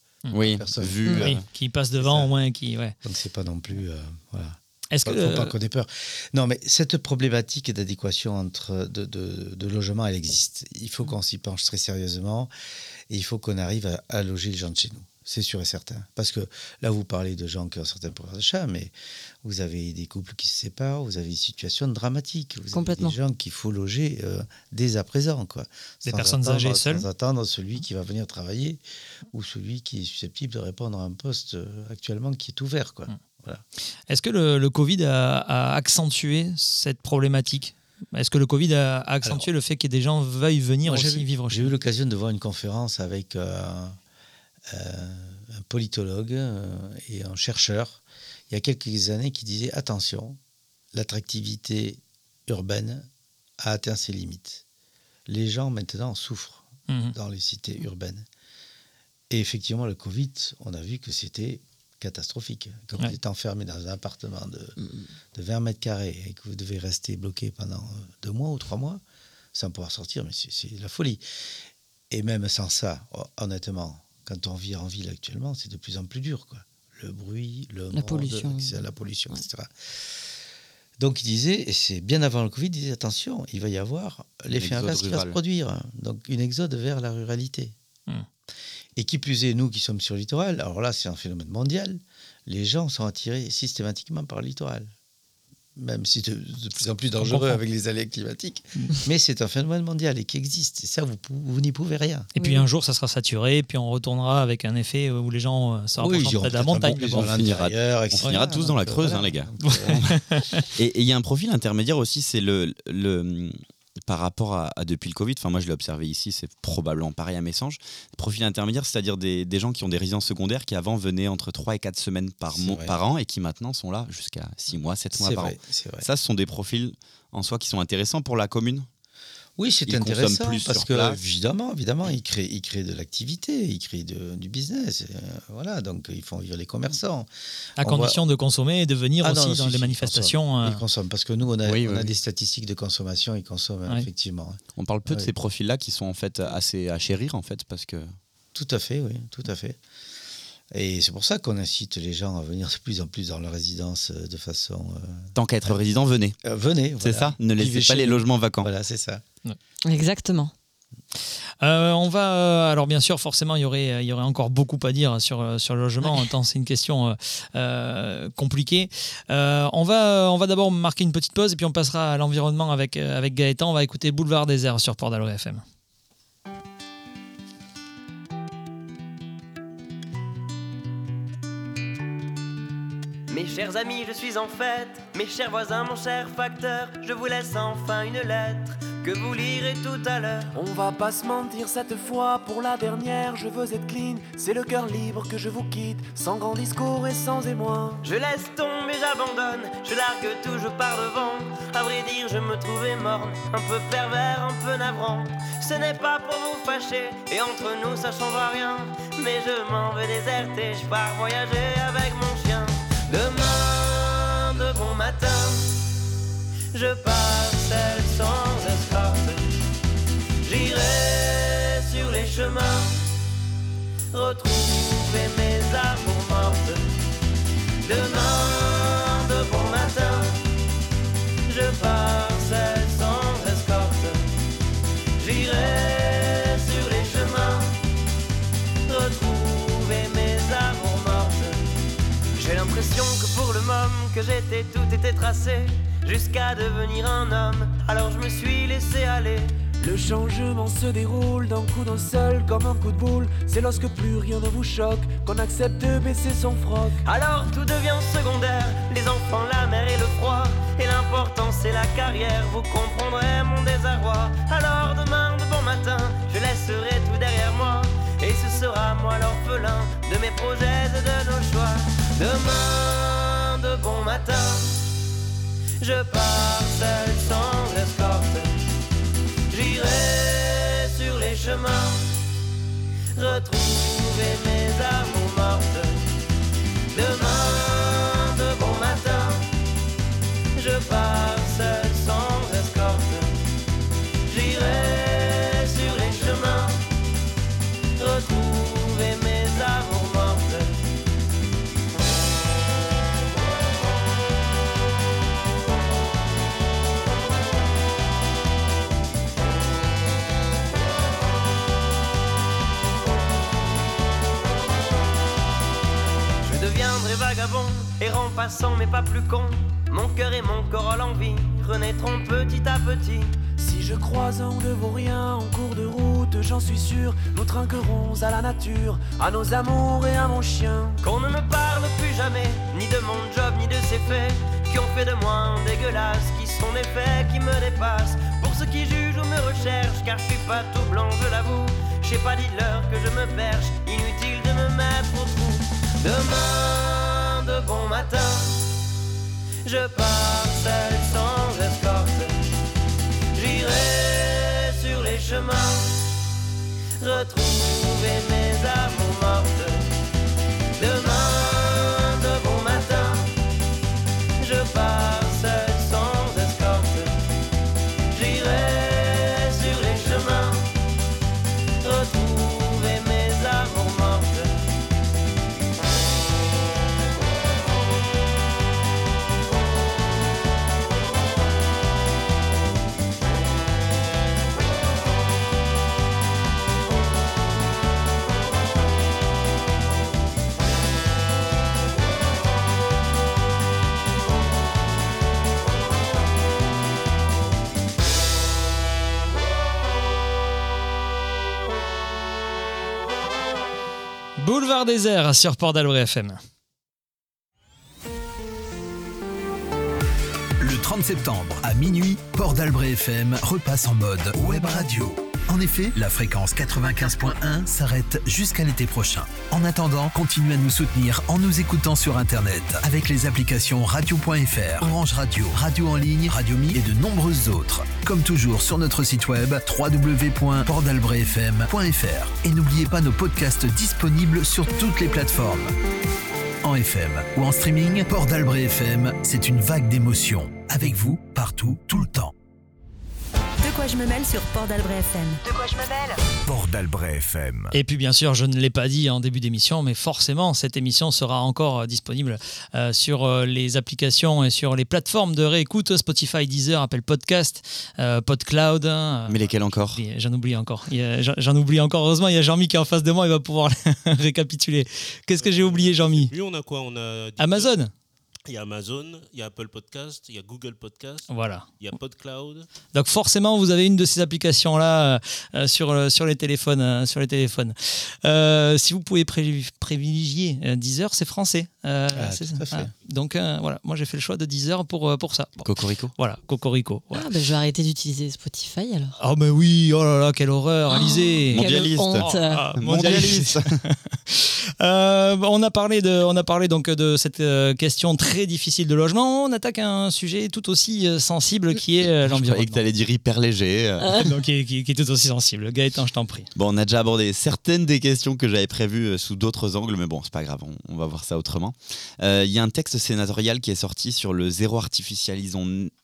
A: Qui passent devant au moins.
D: Donc, c'est pas non plus... voilà.
A: Est-ce
D: que faut pas qu'on ait peur. Non, mais cette problématique d'adéquation de logement, elle existe. Il faut qu'on s'y penche très sérieusement et il faut qu'on arrive à loger les gens de chez nous. c'est sûr et certain. Parce que là, vous parlez de gens qui ont un certain pouvoir d'achat, mais vous avez des couples qui se séparent, vous avez des situations dramatiques. Vous
C: Complètement.
D: avez des gens qu'il faut loger dès à présent. Quoi.
A: Des
D: Sans
A: personnes
D: attendre-
A: âgées seules.
D: Sans attendre celui qui va venir travailler ou celui qui est susceptible de répondre à un poste actuellement qui est ouvert. Quoi. Voilà.
A: Est-ce que le Covid a accentué cette problématique ? Est-ce que le Covid a accentué le fait que des gens veuillent venir
D: Moi,
A: aussi vivre
D: J'ai
A: chez
D: eu
A: eux ?
D: l'occasion de voir une conférence avec un politologue et un chercheur il y a quelques années qui disait attention, l'attractivité urbaine a atteint ses limites. Les gens maintenant souffrent dans les cités urbaines. Et effectivement, le Covid, on a vu que c'était catastrophique. Quand vous êtes enfermé dans un appartement de 20 mètres carrés et que vous devez rester bloqué pendant 2 mois ou 3 mois sans pouvoir sortir, mais c'est la folie. Et même sans ça, honnêtement, quand on vit en ville actuellement, c'est de plus en plus dur, quoi. Le bruit, la pollution, etc. Donc il disait, et c'est bien avant le Covid, il disait attention, il va y avoir l'effet inverse qui va se produire. Donc une exode vers la ruralité. Et qui plus est, nous qui sommes sur le littoral, alors là c'est un phénomène mondial, les gens sont attirés systématiquement par le littoral. Même si c'est de plus en plus dangereux avec les aléas climatiques. Mais c'est un phénomène mondial et qui existe. Et ça, vous n'y pouvez rien.
A: Et puis un jour, ça sera saturé, puis on retournera avec un effet où les gens se rapprocheront de la montagne.
B: On finira tous dans la Creuse, les gars. Et il y a un profil intermédiaire aussi, c'est le par rapport à depuis le Covid, enfin moi je l'ai observé ici, c'est probablement pareil à Messanges, profil intermédiaire, c'est-à-dire des gens qui ont des résidences secondaires qui avant venaient entre 3 et 4 semaines par an et qui maintenant sont là jusqu'à 6 mois, 7 mois par an.
D: C'est vrai.
B: Ça, ce sont des profils en soi qui sont intéressants pour la commune.
D: Oui, c'est intéressant parce que évidemment, ils créent de l'activité, ils créent du business. Voilà, donc ils font vivre les commerçants.
A: À condition de consommer et de venir aussi dans les manifestations.
D: Ils consomment parce que nous, on a des statistiques de consommation, ils consomment effectivement.
B: On parle peu de ces profils-là qui sont en fait assez à chérir en fait parce que.
D: Tout à fait, oui, tout à fait. Et c'est pour ça qu'on incite les gens à venir de plus en plus dans leur résidence de façon...
B: Tant qu'à être résident, venez.
D: Venez,
B: c'est ça, ne laissez pas les logements vacants.
D: Voilà, c'est ça.
C: Exactement.
A: On va alors bien sûr forcément il y aurait encore beaucoup à dire sur le logement tant c'est une question compliquée. On va d'abord marquer une petite pause et puis on passera à l'environnement avec Gaëtan. On va écouter Boulevard Désert sur Port d'Albret FM.
F: Mes chers amis, je suis en fête. Mes chers voisins, mon cher facteur, je vous laisse enfin une lettre que vous lirez tout à l'heure.
H: On va pas se mentir cette fois, pour la dernière, je veux être clean. C'est le cœur libre que je vous quitte, sans grand discours et sans émoi.
F: Je laisse tomber, j'abandonne, je largue tout, je pars devant. À vrai dire, je me trouvais morne, un peu pervers, un peu navrant. Ce n'est pas pour vous fâcher, et entre nous ça changera rien. Mais je m'en vais déserter, je pars voyager avec mon chien. Demain, de bon matin, je pars seul sans escorte. J'irai sur les chemins, retrouver mes amours mortes. Demain, de bon matin, je pars seul sans escorte. J'irai sur les chemins, retrouver mes amours mortes. J'ai l'impression que pour le moment que j'étais, tout était tracé, jusqu'à devenir un homme, alors je me suis laissé aller.
H: Le changement se déroule d'un coup d'un seul comme un coup de boule. C'est lorsque plus rien ne vous choque qu'on accepte de baisser son froc.
F: Alors tout devient secondaire, les enfants, la mer et le froid. Et l'important c'est la carrière, vous comprendrez mon désarroi. Alors demain de bon matin, je laisserai tout derrière moi. Et ce sera moi l'orphelin de mes projets et de nos choix. Demain de bon matin, je pars seul sans escorte. J'irai sur les chemins, retrouver mes amours mortes. Demain de bon matin, je pars seul sans escorte. J'irai sur les chemins, retrouver mes amours mortes. deviendrai vagabond, errant passant mais pas plus con. Mon cœur et mon corps à l'envie renaîtront petit à petit.
H: Si je croise un de vos riens en cours de route, j'en suis sûr, nous trinquerons à la nature, à nos amours et à mon chien.
F: Qu'on ne me parle plus jamais, ni de mon job, ni de ses faits, qui ont fait de moi un dégueulasse, qui sont des faits qui me dépassent. Pour ceux qui jugent ou me recherchent, car je suis pas tout blanc, je l'avoue. Je sais pas, dites-leur que je me perche, inutile de me mettre au trou. Demain, de bon matin, je pars seul sans escorte. J'irai sur les chemins, retrouver mes amours mortes. Demain, de bon matin, je pars seul sans escorte. J'irai sur les chemins, retrouver mes amours mortes.
A: Boulevard Désert sur Port d'Albret FM.
I: Le 30 septembre à minuit, Port d'Albret FM repasse en mode web radio. En effet, la fréquence 95.1 s'arrête jusqu'à l'été prochain. En attendant, continuez à nous soutenir en nous écoutant sur Internet avec les applications radio.fr, Orange Radio, Radio en ligne, Radio-Mi et de nombreuses autres. Comme toujours sur notre site web www.portdalbretfm.fr. Et n'oubliez pas nos podcasts disponibles sur toutes les plateformes. En FM ou en streaming, Port d'Albret FM, c'est une vague d'émotions. Avec vous, partout, tout le temps.
E: De quoi je me mêle sur Port d'Albret FM.
J: De quoi je me mêle ?
G: Port d'Albret FM.
A: Et puis bien sûr, je ne l'ai pas dit en début d'émission, mais forcément, cette émission sera encore disponible sur les applications et sur les plateformes de réécoute, Spotify, Deezer, Apple Podcast, PodCloud.
B: Mais lesquels encore ?
A: J'en oublie encore. J'en oublie encore. Heureusement, il y a Jean-Mi qui est en face de moi, il va pouvoir récapituler. Qu'est-ce que j'ai oublié, Jean-Mi ?
K: Lui, on a quoi ? On a
A: Amazon.
K: Il y a Amazon, il y a Apple Podcast, il y a Google Podcast,
A: voilà.
K: Il y a PodCloud.
A: Donc forcément, vous avez une de ces applications-là sur les téléphones. Si vous pouvez privilégier Deezer, c'est français.
D: C'est ça. Fait.
A: Donc voilà, moi j'ai fait le choix de Deezer pour ça. Bon.
B: Cocorico.
A: Voilà, Cocorico. Voilà.
C: Ah, ben, je vais arrêter d'utiliser Spotify alors.
A: Ah mais oui, oh là là, quelle horreur, Alizé.
B: Mondialiste.
A: Mondialiste. On a parlé donc de cette question très difficile de logement. On attaque un sujet tout aussi sensible qui est l'environnement.
B: Je croyais que tu allais dire hyper léger.
A: Donc, qui est tout aussi sensible. Gaëtan, je t'en prie.
B: Bon, on a déjà abordé certaines des questions que j'avais prévues sous d'autres angles, mais bon, c'est pas grave, on va voir ça autrement. Il y a un texte sénatorial qui est sorti sur le zéro artificialisation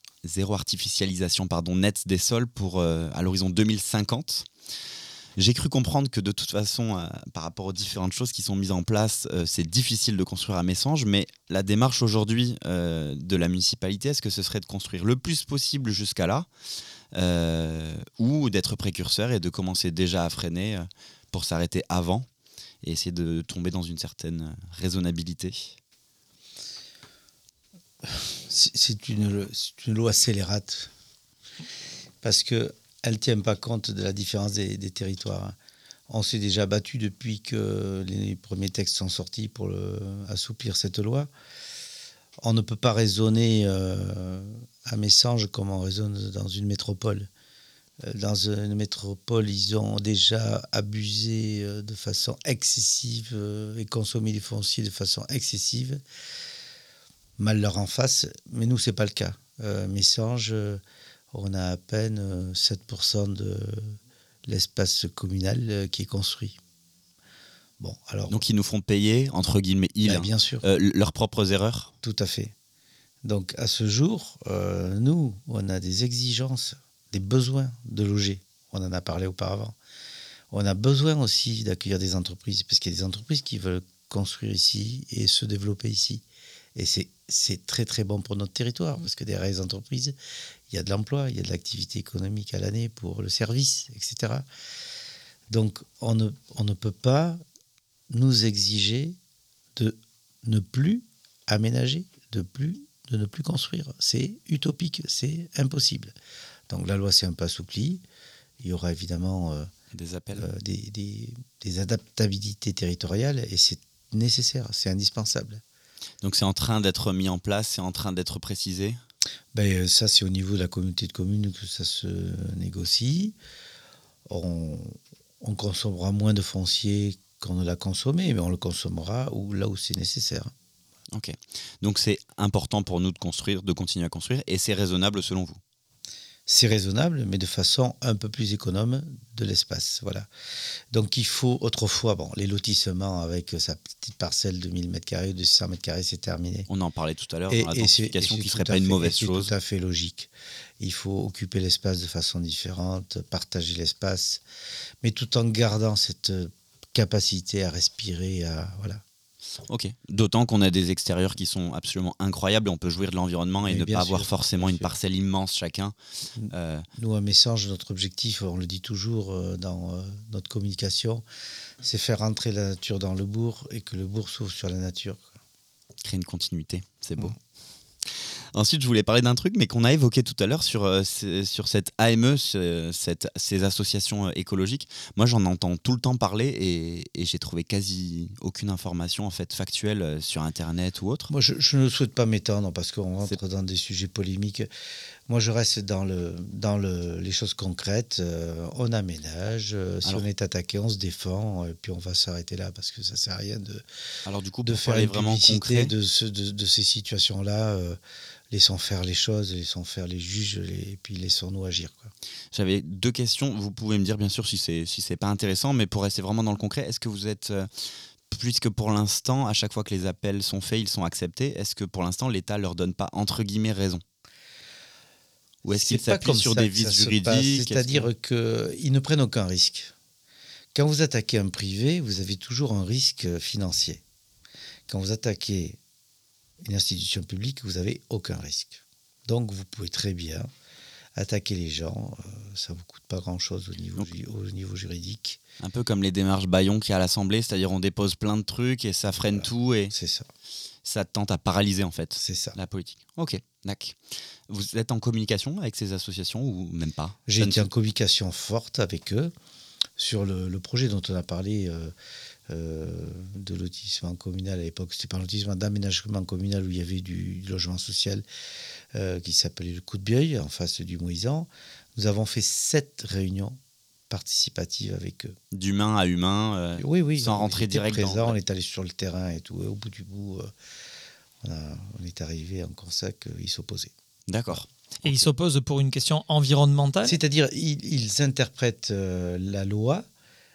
B: net des sols pour à l'horizon 2050. J'ai cru comprendre que de toute façon, par rapport aux différentes choses qui sont mises en place, c'est difficile de construire à Messanges, mais la démarche aujourd'hui de la municipalité, est-ce que ce serait de construire le plus possible jusqu'à là, ou d'être précurseur et de commencer déjà à freiner pour s'arrêter avant et essayer de tomber dans une certaine raisonnabilité ?
D: C'est une loi scélérate parce qu'elle ne tient pas compte de la différence des territoires. On s'est déjà battu depuis que les premiers textes sont sortis pour assouplir cette loi. On ne peut pas raisonner à Messanges comme on raisonne dans une métropole. Dans une métropole, ils ont déjà abusé de façon excessive et consommé des fonciers de façon excessive. Mal leur en face, mais nous, ce n'est pas le cas. Messanges, on a à peine 7% de l'espace communal qui est construit. Bon, alors,
B: donc ils nous font payer, entre guillemets,
D: bien sûr.
B: Leurs propres erreurs ?
D: Tout à fait. Donc à ce jour, nous, on a des exigences, des besoins de loger. On en a parlé auparavant. On a besoin aussi d'accueillir des entreprises, parce qu'il y a des entreprises qui veulent construire ici et se développer ici. Et c'est très très bon pour notre territoire, parce que derrière les entreprises, il y a de l'emploi, il y a de l'activité économique à l'année pour le service, etc. Donc on ne peut pas nous exiger ne plus aménager, de ne plus construire. C'est utopique, c'est impossible. Donc la loi s'est un peu assouplie. Il y aura évidemment
B: des appels,
D: des adaptabilités territoriales et c'est nécessaire, c'est indispensable.
B: Donc c'est en train d'être mis en place, c'est en train d'être précisé.
D: Ça, c'est au niveau de la communauté de communes que ça se négocie. On consommera moins de foncier qu'on ne l'a consommé, mais on le consommera là où c'est nécessaire.
B: Ok. Donc c'est important pour nous de construire, de continuer à construire, et c'est raisonnable selon vous?
D: C'est raisonnable, mais de façon un peu plus économe de l'espace. Voilà. Donc il faut, autrefois, les lotissements avec sa petite parcelle de 1000 m², de 600 m², c'est terminé.
B: On en parlait tout à l'heure, dans la densification, qui ne serait pas une mauvaise chose.
D: C'est tout à fait logique. Il faut occuper l'espace de façon différente, partager l'espace, mais tout en gardant cette capacité à respirer, voilà.
B: Ok. D'autant qu'on a des extérieurs qui sont absolument incroyables et on peut jouir de l'environnement et ne pas avoir forcément une parcelle immense chacun.
D: Nous, à Messanges, notre objectif, on le dit toujours dans notre communication, c'est faire entrer la nature dans le bourg et que le bourg s'ouvre sur la nature.
B: Créer une continuité, c'est beau. Ensuite, je voulais parler d'un truc, mais qu'on a évoqué tout à l'heure sur cette AME, ces associations écologiques. Moi, j'en entends tout le temps parler et j'ai trouvé quasi aucune information en fait, factuelle sur Internet ou autre.
D: Moi, je ne souhaite pas m'étendre parce qu'on rentre dans des sujets polémiques. Moi, je reste dans les choses concrètes. On aménage. Si on est attaqué, on se défend. Et puis, on va s'arrêter là parce que ça ne sert à rien de faire une
B: vraiment
D: publicité de ces situations-là. Laissons faire les choses, laissons faire les juges et puis laissons-nous agir. Quoi.
B: J'avais 2 questions. Vous pouvez me dire, bien sûr, si c'est pas intéressant, mais pour rester vraiment dans le concret, est-ce que vous êtes... puisque pour l'instant, à chaque fois que les appels sont faits, ils sont acceptés, est-ce que pour l'instant, l'État ne leur donne pas, entre guillemets, raison? Ou est-ce qu'ils s'appuient sur des vices juridiques?
D: C'est-à-dire qu'ils ne prennent aucun risque. Quand vous attaquez un privé, vous avez toujours un risque financier. Quand vous attaquez une institution publique, vous n'avez aucun risque. Donc, vous pouvez très bien attaquer les gens. Ça ne vous coûte pas grand-chose au niveau juridique.
B: Un peu comme les démarches Bayon qu'il y a à l'Assemblée, c'est-à-dire on dépose plein de trucs et ça freine tout. Et
D: c'est ça.
B: Ça tente à paralyser, en fait, la politique. Ok, d'accord. Vous êtes en communication avec ces associations ou même pas?
D: J'ai été en communication forte avec eux sur le projet dont on a parlé de lotissement communal à l'époque. C'était pas un lotissement d'aménagement communal où il y avait du logement social qui s'appelait le Coup de Bieul, en face du Moisan. Nous avons fait 7 réunions participatives avec eux.
B: D'humain à humain,
D: oui,
B: sans rentrer direct
D: présent, on est allé sur le terrain et tout. Et au bout du bout, on est arrivé à un constat qu'ils s'opposaient.
B: D'accord.
A: Et ils s'opposent pour une question environnementale?
D: C'est-à-dire, ils interprètent la loi.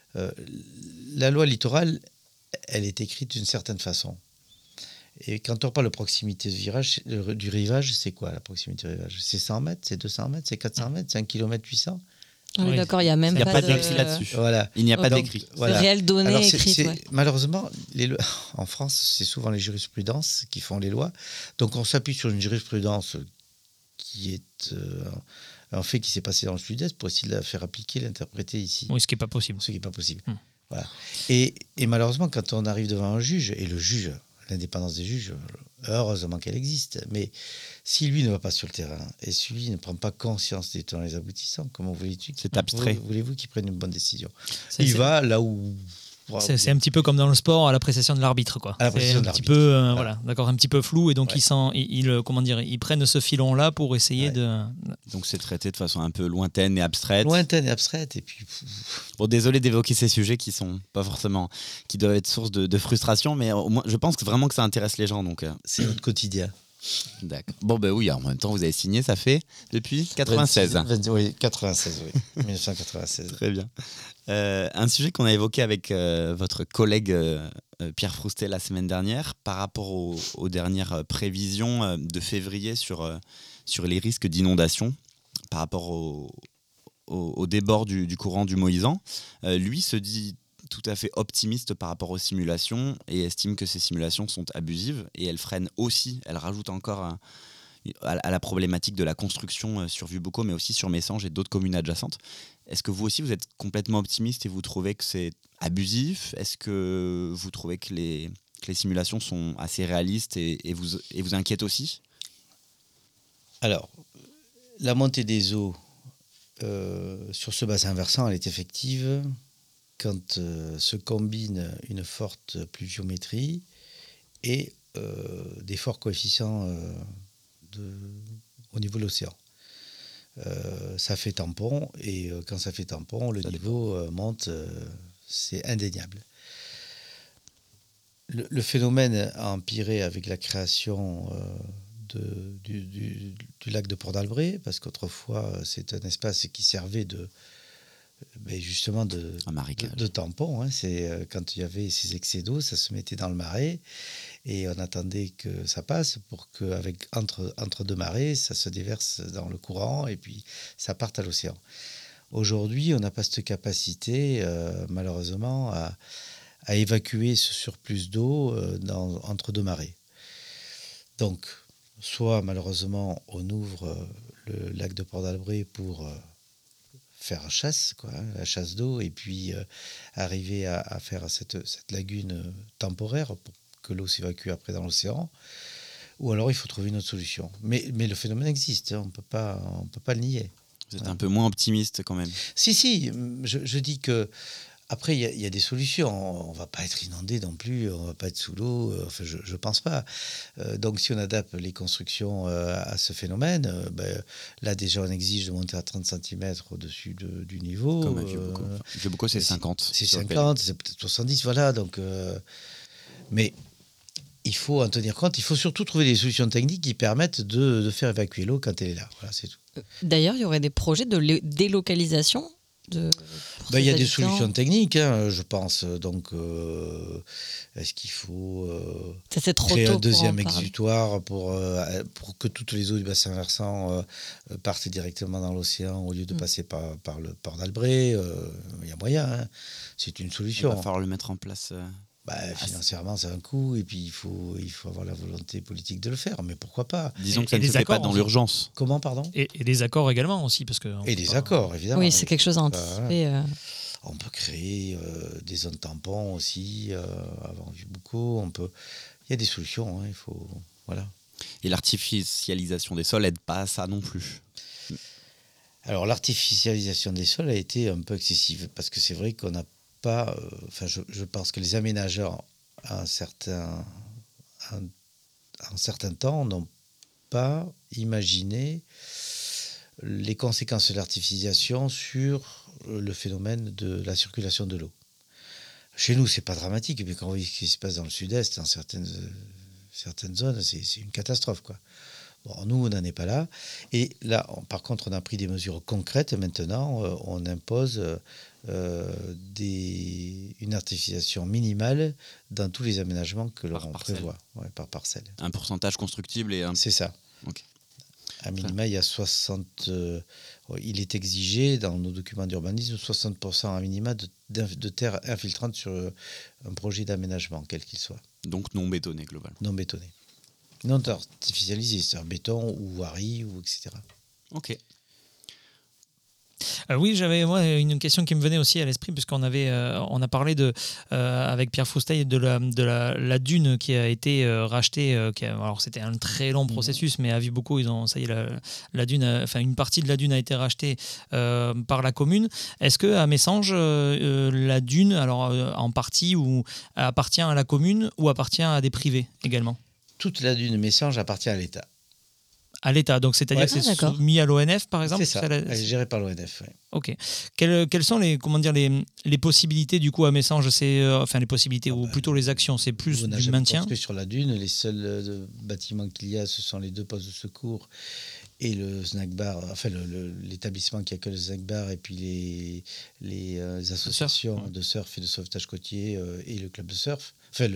D: La loi littorale, elle est écrite d'une certaine façon. Et quand on parle de proximité du rivage, c'est quoi la proximité du rivage? C'est 100 mètres, c'est 200 mètres, c'est 400 mètres, c'est 1 km 800?
C: Oui, d'accord, il n'y a même
B: pas d'écrit là-dessus. Voilà. Il n'y a pas d'écrit.
C: Voilà. Réelle donnée écrite.
D: Malheureusement, en France, c'est souvent les jurisprudences qui font les lois. Donc on s'appuie sur une jurisprudence qui est un fait qui s'est passé dans le Sud-Est pour essayer de la faire appliquer, l'interpréter ici.
A: Oui, ce qui n'est pas possible.
D: Ce qui n'est pas possible. Voilà. Et malheureusement, quand on arrive devant un juge, et le juge, l'indépendance des juges, heureusement qu'elle existe, mais si lui ne va pas sur le terrain et si lui ne prend pas conscience des tenants et des aboutissants, comment voulez-vous
B: c'est abstrait.
D: Voulez-vous qu'il prenne une bonne décision? Il va là où...
A: C'est un petit peu comme dans le sport à l'appréciation de l'arbitre, quoi. C'est un petit peu, d'accord, un petit peu flou et donc ils prennent ce filon-là pour essayer de.
B: Donc c'est traité de façon un peu lointaine et abstraite.
D: Et puis.
B: Bon, désolé d'évoquer ces sujets qui sont pas forcément, qui doivent être source de frustration, mais au moins, je pense vraiment que ça intéresse les gens, donc.
D: C'est notre quotidien.
B: D'accord. Bon, oui, en même temps, vous avez signé, ça fait depuis 96.
D: Oui, 96, oui. 1996.
B: Très bien. Un sujet qu'on a évoqué avec votre collègue Pierre Froustet la semaine dernière, par rapport aux dernières prévisions de février sur les risques d'inondation, par rapport au débord du courant du Moisan. Lui se dit tout à fait optimiste par rapport aux simulations et estime que ces simulations sont abusives et elles freinent aussi, elles rajoutent encore à la problématique de la construction sur Vuboco, mais aussi sur Messanges et d'autres communes adjacentes. Est-ce que vous aussi vous êtes complètement optimiste et vous trouvez que c'est abusif? Est-ce que vous trouvez que les que les simulations sont assez réalistes et vous inquiètent aussi ?
D: Alors, la montée des eaux sur ce bassin versant, elle est effective quand se combine une forte pluviométrie et des forts coefficients au niveau de l'océan. Ça fait tampon, et quand ça fait tampon, le niveau monte, c'est indéniable. Le phénomène a empiré avec la création du lac de Port-d'Albret, parce qu'autrefois, c'est un espace qui servait justement de tampon. C'est, quand il y avait ces excès d'eau, ça se mettait dans le marais, et on attendait que ça passe pour qu'avec entre deux marées, ça se déverse dans le courant, et puis ça parte à l'océan. Aujourd'hui, on n'a pas cette capacité, malheureusement, à évacuer ce surplus d'eau entre deux marées. Donc, soit malheureusement, on ouvre le lac de Port-d'Albret pour faire la chasse d'eau, et puis arriver à faire cette lagune temporaire pour que l'eau s'évacue après dans l'océan, ou alors il faut trouver une autre solution. Mais le phénomène existe, on peut pas le nier.
B: Vous êtes un peu moins optimiste quand même.
D: Si, je dis que après, il y a des solutions. On ne va pas être inondé non plus, on ne va pas être sous l'eau. Enfin, je ne pense pas. Donc, si on adapte les constructions à ce phénomène, là, déjà, on exige de monter à 30 cm au-dessus du niveau.
B: Comme à Vieux-Bocaux, c'est 50.
D: C'est 50, c'est peut-être 70, voilà. Donc, mais il faut en tenir compte. Il faut surtout trouver des solutions techniques qui permettent de faire évacuer l'eau quand elle est là. Voilà, c'est tout.
C: D'ailleurs, il y aurait des projets de délocalisation
D: il y a des solutions techniques, je pense. Donc, est-ce qu'il faut créer un deuxième exutoire pour que toutes les eaux du bassin versant partent directement dans l'océan au lieu de passer par le port d'Albret? Il y a moyen, c'est une solution.
B: Il va falloir le mettre en place.
D: Financièrement, c'est un coût, et puis il faut avoir la volonté politique de le faire, mais pourquoi pas?
B: Disons que ça ne se fait pas dans l'urgence.
D: Comment, pardon?
A: Et des accords également aussi, parce que...
D: Et des accords, évidemment.
C: Oui, c'est quelque chose à anticiper.
D: On peut créer des zones tampons aussi, avant Vieux-Bocaux. Il y a des solutions, il faut... Voilà.
B: Et l'artificialisation des sols n'aide pas à ça non plus.
D: Alors, l'artificialisation des sols a été un peu excessive, parce que c'est vrai qu'on n'a pas, je pense que les aménageurs à un certain temps n'ont pas imaginé les conséquences de l'artificialisation sur le phénomène de la circulation de l'eau. Chez nous, c'est pas dramatique, mais quand on voit ce qui se passe dans le sud-est, dans certaines zones, c'est une catastrophe, quoi. Bon, nous, on n'en est pas là. Et là, par contre, on a pris des mesures concrètes. Maintenant, on impose une artificialisation minimale dans tous les aménagements que l'on prévoit, par parcelle.
B: Un pourcentage constructible et un...
D: C'est ça.
B: Okay.
D: À minima, il y a 60... il est exigé dans nos documents d'urbanisme 60% à minima de terre infiltrante sur un projet d'aménagement, quel qu'il soit.
B: Donc non bétonné, globalement.
D: Non bétonné. Non artificialisé, c'est-à-dire béton ou voirie, etc.
B: Ok.
A: Oui, j'avais une question qui me venait aussi à l'esprit, puisqu'on on a parlé avec Pierre Fousteil de la dune qui a été rachetée. Alors c'était un très long processus, mais à Vieux-Bocaux, la dune, une partie de la dune a été rachetée par la commune. Est-ce que à Messanges, la dune, alors en partie, appartient à la commune ou appartient à des privés également?
D: Toute la dune Messanges appartient à l'État.
A: À l'État, donc c'est-à-dire que c'est soumis à l'ONF, par exemple?
D: C'est ça, elle est gérée par l'ONF. Ouais.
A: Ok. Quelles sont les possibilités du coup à Messanges? Les possibilités, ou plutôt les actions, c'est plus du maintien?
D: Construit sur la dune, les seuls bâtiments qu'il y a, ce sont les 2 postes de secours et le snack bar, l'établissement qui accueille le snack bar, et puis les associations de surf et de sauvetage côtier et le club de surf.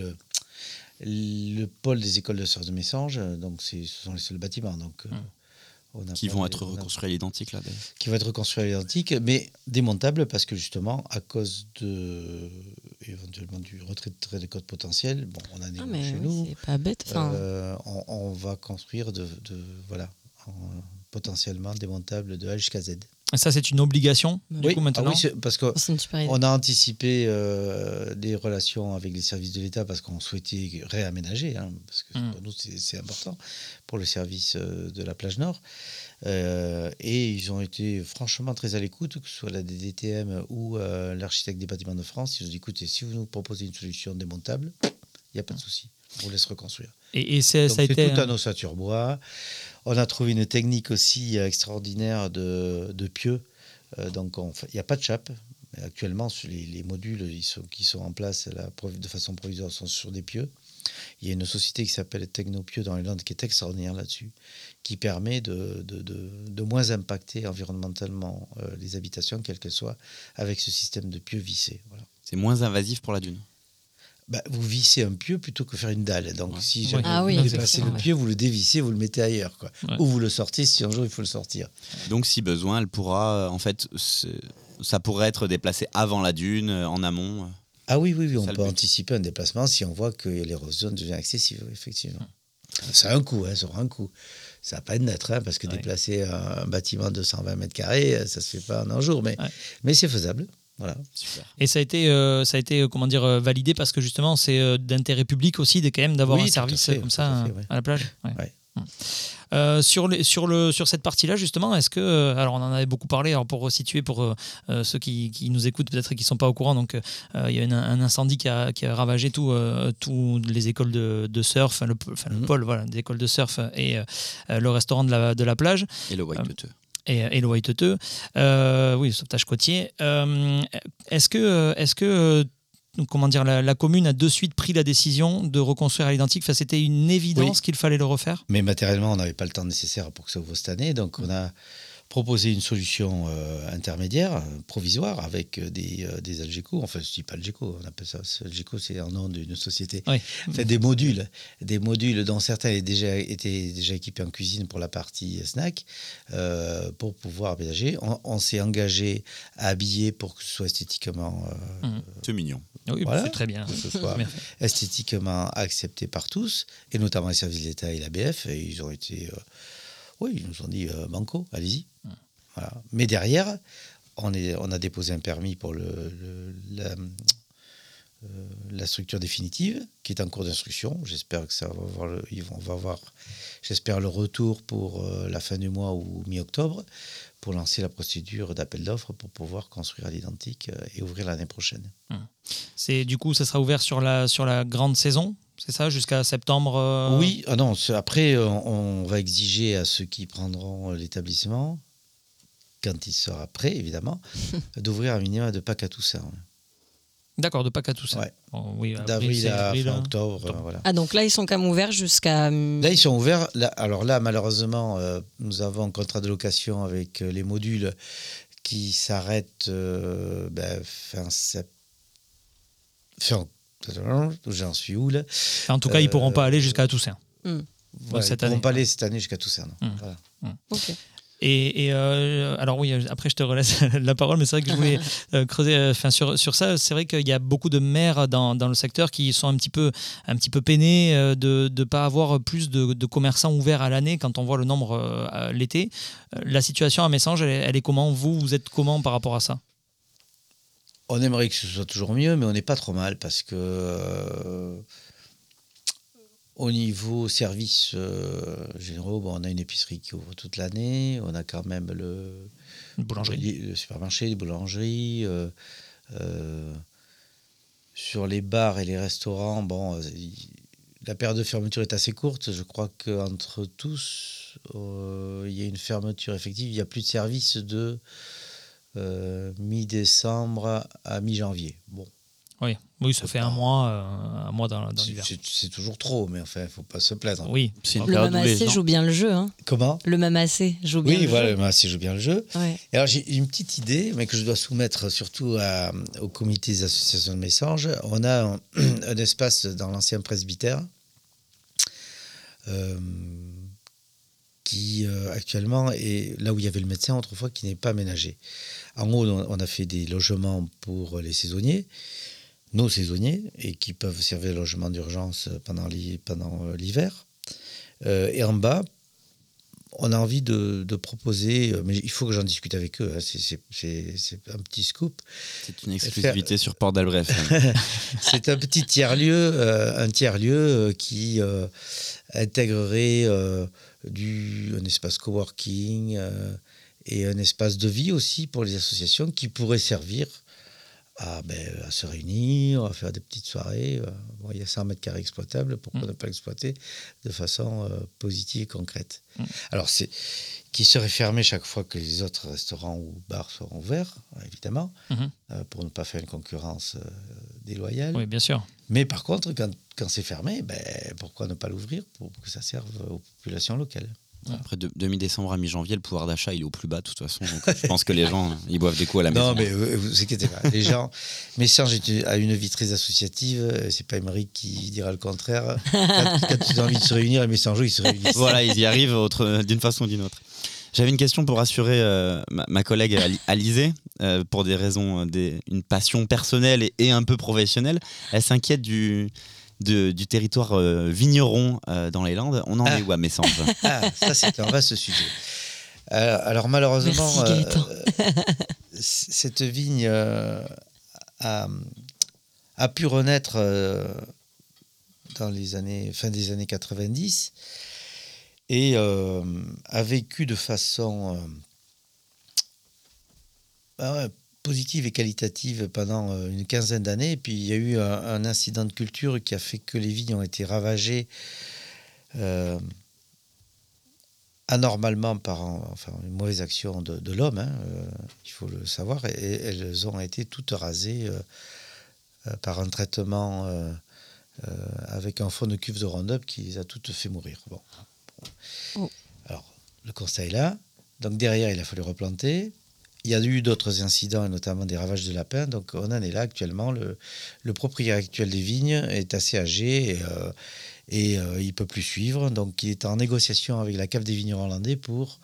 D: Le pôle des écoles de surf de Messanges, donc ce sont les seuls bâtiments. Donc,
B: qui vont être reconstruits à l'identique, là, d'ailleurs.
D: Qui vont être reconstruits à l'identique, mais démontables, parce que justement, à cause éventuellement du retrait de côte potentiel, on en est chez nous.
C: C'est pas bête.
D: On va construire potentiellement démontables de A jusqu'à Z.
A: Et ça, c'est une obligation, du coup, maintenant.
D: Parce qu'on a anticipé des relations avec les services de l'État parce qu'on souhaitait réaménager, parce que pour nous, c'est important pour le service de la plage Nord. Et ils ont été franchement très à l'écoute, que ce soit la DDTM ou l'architecte des bâtiments de France. Ils ont dit, écoutez, si vous nous proposez une solution démontable, il n'y a pas de souci, on vous laisse reconstruire.
A: Et ça a été
D: tout en ossature bois. On a trouvé une technique aussi extraordinaire de pieux. Donc, il n'y a pas de chape. Actuellement, les modules qui sont en place de façon provisoire sont sur des pieux. Il y a une société qui s'appelle Technopieux dans les Landes qui est extraordinaire là-dessus, qui permet de moins impacter environnementalement les habitations, quelles qu'elles soient, avec ce système de pieux vissés. Voilà.
B: C'est moins invasif pour la dune.
D: Vous vissez un pieu plutôt que faire une dalle. Donc, si jamais
C: vous
D: dépassez le pieu, vous le dévissez, vous le mettez ailleurs. Quoi. Ouais. Ou vous le sortez si un jour il faut le sortir.
B: Donc, si besoin, elle pourra, en fait, ça pourrait être déplacé avant la dune, en amont.
D: Ah oui, on peut anticiper un déplacement si on voit que l'érosion devient excessive, effectivement. Ça a un coût, ça aura un coût. Ça va pas être net, parce que déplacer un bâtiment de 120 mètres carrés, ça se fait pas en un jour, mais c'est faisable. Voilà.
A: Super. Et ça a été validé parce que justement c'est d'intérêt public aussi quand même d'avoir un service comme ça à la plage. Sur cette partie-là justement, est-ce que alors on en avait beaucoup parlé, alors pour resituer pour ceux qui nous écoutent peut-être et qui sont pas au courant, donc il y a un incendie qui a ravagé tous les écoles de surf, le pôle des écoles de surf et le restaurant de la plage
B: et le White
A: et le White-Teux, oui, sauvetage côtier. Est-ce que la commune a de suite pris la décision de reconstruire à l'identique? Enfin, c'était une évidence qu'il fallait le refaire.
D: Mais matériellement, on n'avait pas le temps nécessaire pour que ça ouvre cette année, donc on a proposé une solution intermédiaire, provisoire, avec des Algeco. Enfin, je ne dis pas Algeco, on appelle ça Algeco, c'est un nom d'une société.
A: Oui.
D: Enfin, des modules dont certains étaient déjà équipés en cuisine pour la partie snack, pour pouvoir aménager. On s'est engagé à habiller pour que ce soit esthétiquement...
B: c'est mignon.
A: Oui, c'est très bien.
D: Que ce soit esthétiquement accepté par tous, et notamment les services de l'État et l'ABF, et ils ont été... ils nous ont dit banco, allez-y. Voilà. Mais derrière, on a déposé un permis pour la structure définitive, qui est en cours d'instruction. J'espère que ça va avoir le retour pour la fin du mois ou mi-octobre, pour lancer la procédure d'appel d'offres pour pouvoir construire à l'identique et ouvrir l'année prochaine.
A: Du coup, ça sera ouvert sur la grande saison? C'est ça, jusqu'à septembre
D: Oui, après, on va exiger à ceux qui prendront l'établissement, quand il sera prêt, évidemment, d'ouvrir un minimum de Pâques à Toussaint.
A: D'accord, de Pâques à Toussaint.
D: Ouais.
A: Oui,
D: d'avril à fin octobre. Voilà.
C: Ah, donc là, ils sont quand même ouverts jusqu'à...
D: Là, ils sont ouverts. Alors là, malheureusement, nous avons un contrat de location avec les modules qui s'arrête fin j'en suis où là.
A: En tout cas, ils ne pourront pas aller jusqu'à Toussaint.
D: Voilà, ils ne pourront pas aller cette année jusqu'à Toussaint. Voilà.
C: Ok.
A: Et alors oui, après je te relaisse la parole, mais c'est vrai que je voulais creuser sur ça. C'est vrai qu'il y a beaucoup de maires dans le secteur qui sont un petit peu peinés de ne pas avoir plus de commerçants ouverts à l'année quand on voit le nombre l'été. La situation à Messanges, elle est comment? Vous êtes comment par rapport à ça?
D: On aimerait que ce soit toujours mieux, mais on n'est pas trop mal parce que au niveau services généraux, on a une épicerie qui ouvre toute l'année, on a quand même le supermarché, les boulangeries. Sur les bars et les restaurants, la période de fermeture est assez courte. Je crois qu'entre tous, il y a une fermeture effective. Il n'y a plus de service de mi-décembre à mi-janvier. Bon.
A: Oui, ça fait un mois dans l'hiver.
D: C'est toujours trop, mais enfin, il ne faut pas se plaindre.
A: Oui,
C: le Mamassé joue bien le jeu. Hein.
D: Comment?
C: Le Mamassé joue bien le jeu. Oui,
D: voilà, le Mamassé joue bien le jeu.
C: Ouais.
D: Et alors, j'ai une petite idée, mais que je dois soumettre surtout au comité des associations de Messanges. On a un espace dans l'ancien presbytère qui actuellement est là où il y avait le médecin autrefois, qui n'est pas aménagé. En haut, on a fait des logements pour les saisonniers, nos saisonniers, et qui peuvent servir de logement d'urgence pendant l'hiver. Et en bas, on a envie de proposer, mais il faut que j'en discute avec eux, hein, c'est un petit scoop.
B: C'est une exclusivité sur Port d'Albret FM.
D: C'est un petit tiers-lieu qui intégrerait un espace coworking et un espace de vie aussi pour les associations qui pourrait servir à se réunir, à faire des petites soirées. Il y a 100 mètres carrés exploitables, pourquoi ne pas l'exploiter de façon positive et concrète. Alors, qui serait fermé chaque fois que les autres restaurants ou bars seront ouverts, évidemment, pour ne pas faire une concurrence déloyale.
A: Oui, bien sûr.
D: Mais par contre, quand c'est fermé, pourquoi ne pas l'ouvrir pour que ça serve aux populations locales.
B: Après, de mi-décembre à mi-janvier, le pouvoir d'achat, il est au plus bas, de toute façon. Donc, je pense que les gens, ils boivent des coups à la maison.
D: Non, mais vous inquiétez pas. Les gens... Messanges a une vie très associative. C'est pas Émeric qui dira le contraire. Quand ils ont envie de se réunir, les Messangeaux, ils se réunissent.
B: Voilà, ils y arrivent d'une façon ou d'une autre. J'avais une question pour rassurer ma collègue Alizée, pour des raisons, une passion personnelle et un peu professionnelle. Elle s'inquiète du territoire vigneron dans les Landes. On en est où à Messanges?
D: Ça, c'est un vaste sujet. Alors malheureusement, cette vigne a pu renaître dans les années, fin des années 90 et a vécu de façon positive et qualitative pendant une quinzaine d'années. Et puis il y a eu un incident de culture qui a fait que les vignes ont été ravagées anormalement par une mauvaise action de l'homme, il faut le savoir, et elles ont été toutes rasées par un traitement avec un fond de cuve de Roundup qui les a toutes fait mourir. Bon. Alors, le constat est là. Donc derrière, il a fallu replanter. Il y a eu d'autres incidents, et notamment des ravages de lapins. Donc on en est là actuellement. Le propriétaire actuel des vignes est assez âgé et il ne peut plus suivre. Donc il est en négociation avec la cave des vignerons hollandais pour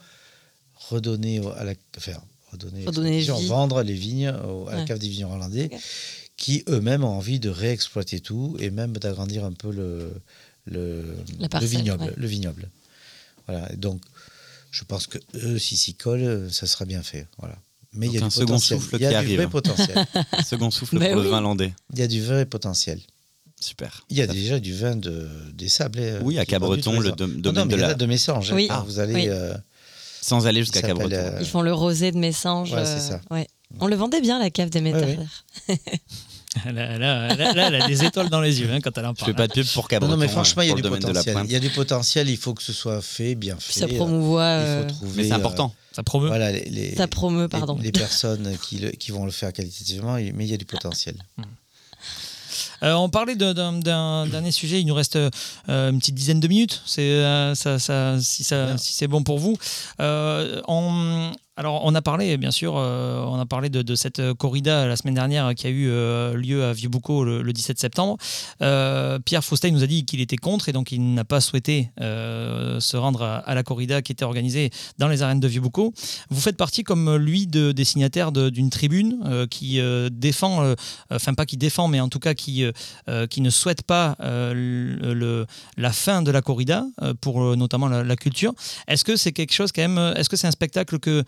D: vendre les vignes à la cave des vignerons hollandais, qui eux-mêmes ont envie de réexploiter tout et même d'agrandir un peu le vignoble. Voilà. Et donc je pense que eux, s'ils s'y collent, ça sera bien fait. Voilà. Mais il y a du potentiel. Il y a du vrai potentiel.
B: Un second souffle pour le vin landais.
D: Il y a du vrai potentiel.
B: Super.
D: Il y a déjà du vin des Sables.
B: Oui, à Cabreton, le domaine
D: de Messanges.
C: Oui.
D: Vous allez,
B: sans aller jusqu'à Cabreton.
C: Ils font le rosé de Messanges.
D: Ouais, c'est ça.
C: Ouais. On le vendait bien, la cave des Métardères.
A: Là, elle a des étoiles dans les yeux quand elle en parle.
B: Je fais pas de pub pour Cabreton.
D: Non, mais franchement, il y a du
B: potentiel.
D: Il y a du potentiel, il faut que ce soit fait, bien fait.
C: Ça promouvoit.
D: Il faut trouver,
B: mais c'est important.
A: Ça promeut.
D: Voilà,
C: ça promeut, pardon.
D: Les personnes qui vont le faire qualitativement, mais il y a du potentiel.
A: On parlait d'un dernier sujet, il nous reste une petite dizaine de minutes, si c'est bon pour vous. Alors, on a parlé, bien sûr, de cette corrida la semaine dernière qui a eu lieu à Vieux-Boucau le 17 septembre. Pierre Fausteil nous a dit qu'il était contre et donc il n'a pas souhaité se rendre à la corrida qui était organisée dans les arènes de Vieux-Boucau. Vous faites partie, comme lui, des signataires d'une tribune qui défend, pas qui défend, mais en tout cas qui ne souhaite pas la fin de la corrida pour notamment la culture. Est-ce que c'est quelque chose quand même, est-ce que c'est un spectacle que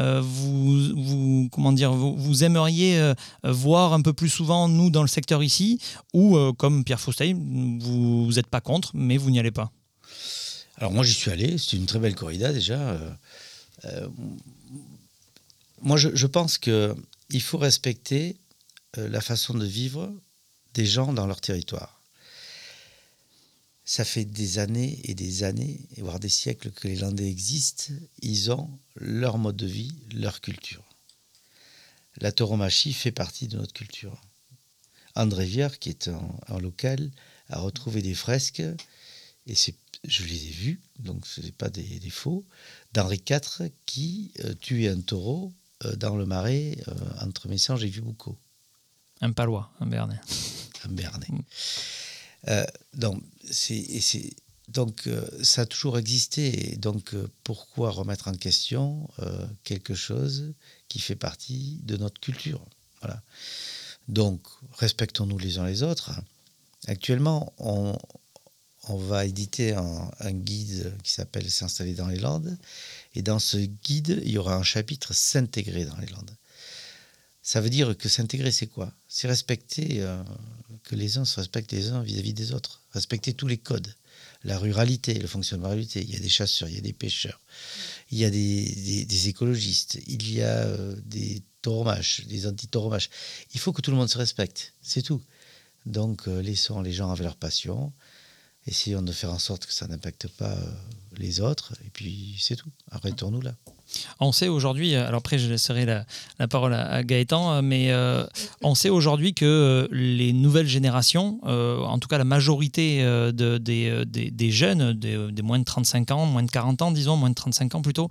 A: vous aimeriez voir un peu plus souvent, nous, dans le secteur ici, ou comme Pierre Fausteil, vous n'êtes pas contre, mais vous n'y allez pas?
D: Alors moi, j'y suis allé, c'est une très belle corrida déjà. Moi, je pense qu'il faut respecter la façon de vivre des gens dans leur territoire. Ça fait des années, voire des siècles que les Landais existent. Ils ont leur mode de vie, leur culture. La tauromachie fait partie de notre culture. André Viard, qui est un local, a retrouvé des fresques, et je les ai vues, donc ce n'est pas des faux, d'Henri IV qui tuait un taureau dans le marais entre Messanges et Vieux-Boucau.
A: Un Palois, un Béarnais.
D: Un Béarnais. Donc ça a toujours existé. Et donc, pourquoi remettre en question quelque chose qui fait partie de notre culture? Voilà. Donc, respectons-nous les uns les autres. Actuellement, on on va éditer un guide qui s'appelle S'installer dans les Landes. Et dans ce guide, il y aura un chapitre S'intégrer dans les Landes. Ça veut dire que s'intégrer, c'est quoi? C'est respecter, que les uns se respectent les uns vis-à-vis des autres. Respecter tous les codes. La ruralité, le fonctionnement de la ruralité. Il y a des chasseurs, il y a des pêcheurs, il y a des écologistes, il y a des tauromaches, des anti-tauromaches. Il faut que tout le monde se respecte, c'est tout. Donc laissons les gens avec leur passion, essayons de faire en sorte que ça n'impacte pas les autres, et puis c'est tout. Arrêtons-nous là.
A: On sait aujourd'hui, alors après je laisserai la parole à Gaëtan, mais on sait aujourd'hui que les nouvelles générations, en tout cas la majorité des jeunes, des moins de 35 ans, moins de 40 ans, disons, moins de 35 ans plutôt,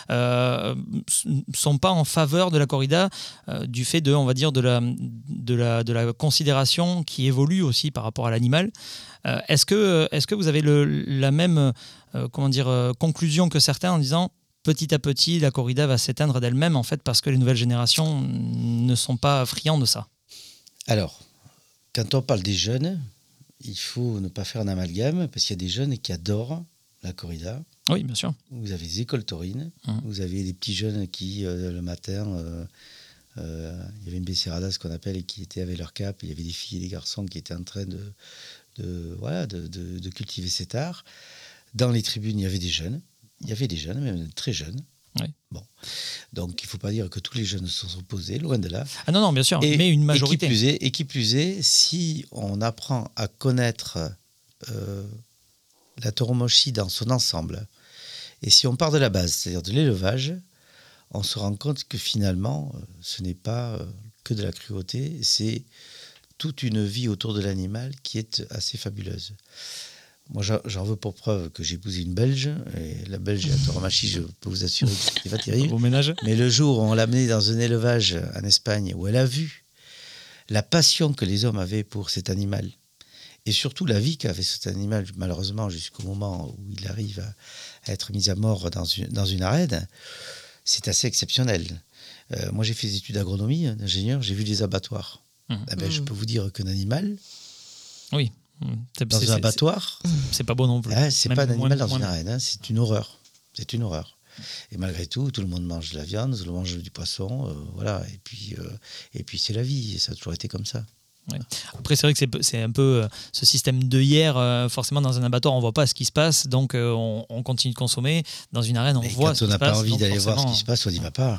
A: sont pas en faveur de la corrida du fait de, on va dire, de la considération qui évolue aussi par rapport à l'animal. Est-ce que vous avez la même conclusion que certains en disant petit à petit, la corrida va s'éteindre d'elle-même, en fait, parce que les nouvelles générations ne sont pas friands de ça?
D: Alors, quand on parle des jeunes, il faut ne pas faire un amalgame, parce qu'il y a des jeunes qui adorent la corrida.
A: Oui, bien sûr.
D: Vous avez des écoles taurines, vous avez des petits jeunes qui, le matin, il y avait une becerrada, ce qu'on appelle, et qui étaient avec leur cape, il y avait des filles et des garçons qui étaient en train de cultiver cet art. Dans les tribunes, il y avait des jeunes. Il y avait des jeunes, même très jeunes.
A: Oui.
D: Bon. Donc, il ne faut pas dire que tous les jeunes se sont opposés, loin de là.
A: Ah non, bien sûr, mais une majorité.
D: Et qui plus est, si on apprend à connaître la tauromachie dans son ensemble, et si on part de la base, c'est-à-dire de l'élevage, on se rend compte que finalement, ce n'est pas que de la cruauté, c'est toute une vie autour de l'animal qui est assez fabuleuse. Moi, j'en veux pour preuve que j'ai épousé une Belge, et la Belge, la tauromachie, je peux vous assurer que c'était pas terrible.
A: Au ménage.
D: Mais le jour où on l'a amenée dans un élevage en Espagne, où elle a vu la passion que les hommes avaient pour cet animal, et surtout la vie qu'avait cet animal, malheureusement, jusqu'au moment où il arrive à être mis à mort dans une arène, c'est assez exceptionnel. Moi, j'ai fait des études d'agronomie, d'ingénieur, j'ai vu des abattoirs. Je peux vous dire qu'un animal...
A: Oui.
D: Dans un abattoir,
A: c'est pas beau non plus.
D: C'est pas un animal dans une arène, c'est une horreur. C'est une horreur. Et malgré tout, tout le monde mange de la viande, tout le monde mange du poisson, voilà. Et puis c'est la vie, et ça a toujours été comme ça.
A: Ouais. Après, c'est vrai que c'est un peu ce système d'œillère. Forcément, dans un abattoir, on voit pas ce qui se passe, donc on continue de consommer. Dans une arène, on voit ce qui se passe.
D: Quand on n'a pas envie d'aller voir ce qui se passe, on n'y va pas.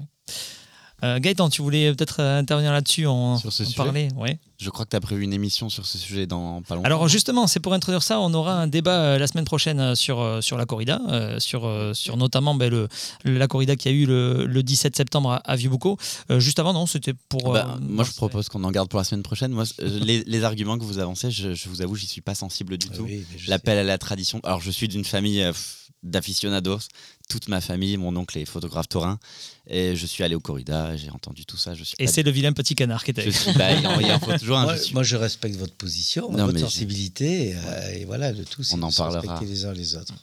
A: Gaëtan, tu voulais peut-être intervenir là-dessus,
B: sur ce sujet.
A: Parler, ouais.
B: Je crois que tu as prévu une émission sur ce sujet dans pas longtemps.
A: Alors justement, c'est pour introduire ça, on aura un débat la semaine prochaine sur la corrida, sur notamment la corrida qui a eu le 17 septembre à Vieux-Boucaux. Juste avant, non, c'était pour...
B: moi, je propose qu'on en garde pour la semaine prochaine. Moi, les arguments que vous avancez, je vous avoue, j'y suis pas sensible du tout.
D: Oui,
B: l'appel à la tradition. Alors, je suis d'une famille d'aficionados. Toute ma famille, mon oncle est photographe taurin. Et je suis allé au corrida, j'ai entendu tout ça.
A: C'est le vilain petit canard qui est avec.
B: Il en faut toujours un.
D: Moi, je respecte votre position, votre sensibilité. Et voilà, le tout, c'est
B: de se
D: respecter les uns les autres.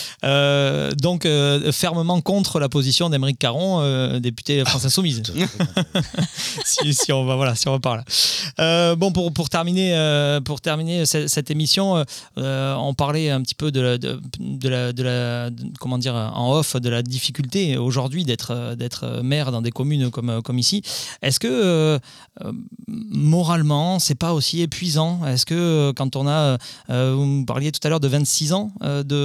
A: Donc fermement contre la position d'Aymeric Caron, député France Insoumise. si on va par là. Bon, pour terminer cette émission, on parlait un petit peu de la comment dire en off de la difficulté aujourd'hui d'être maire dans des communes comme ici. Est-ce que moralement c'est pas aussi épuisant? Est-ce que quand on a vous me parliez tout à l'heure de 26 ans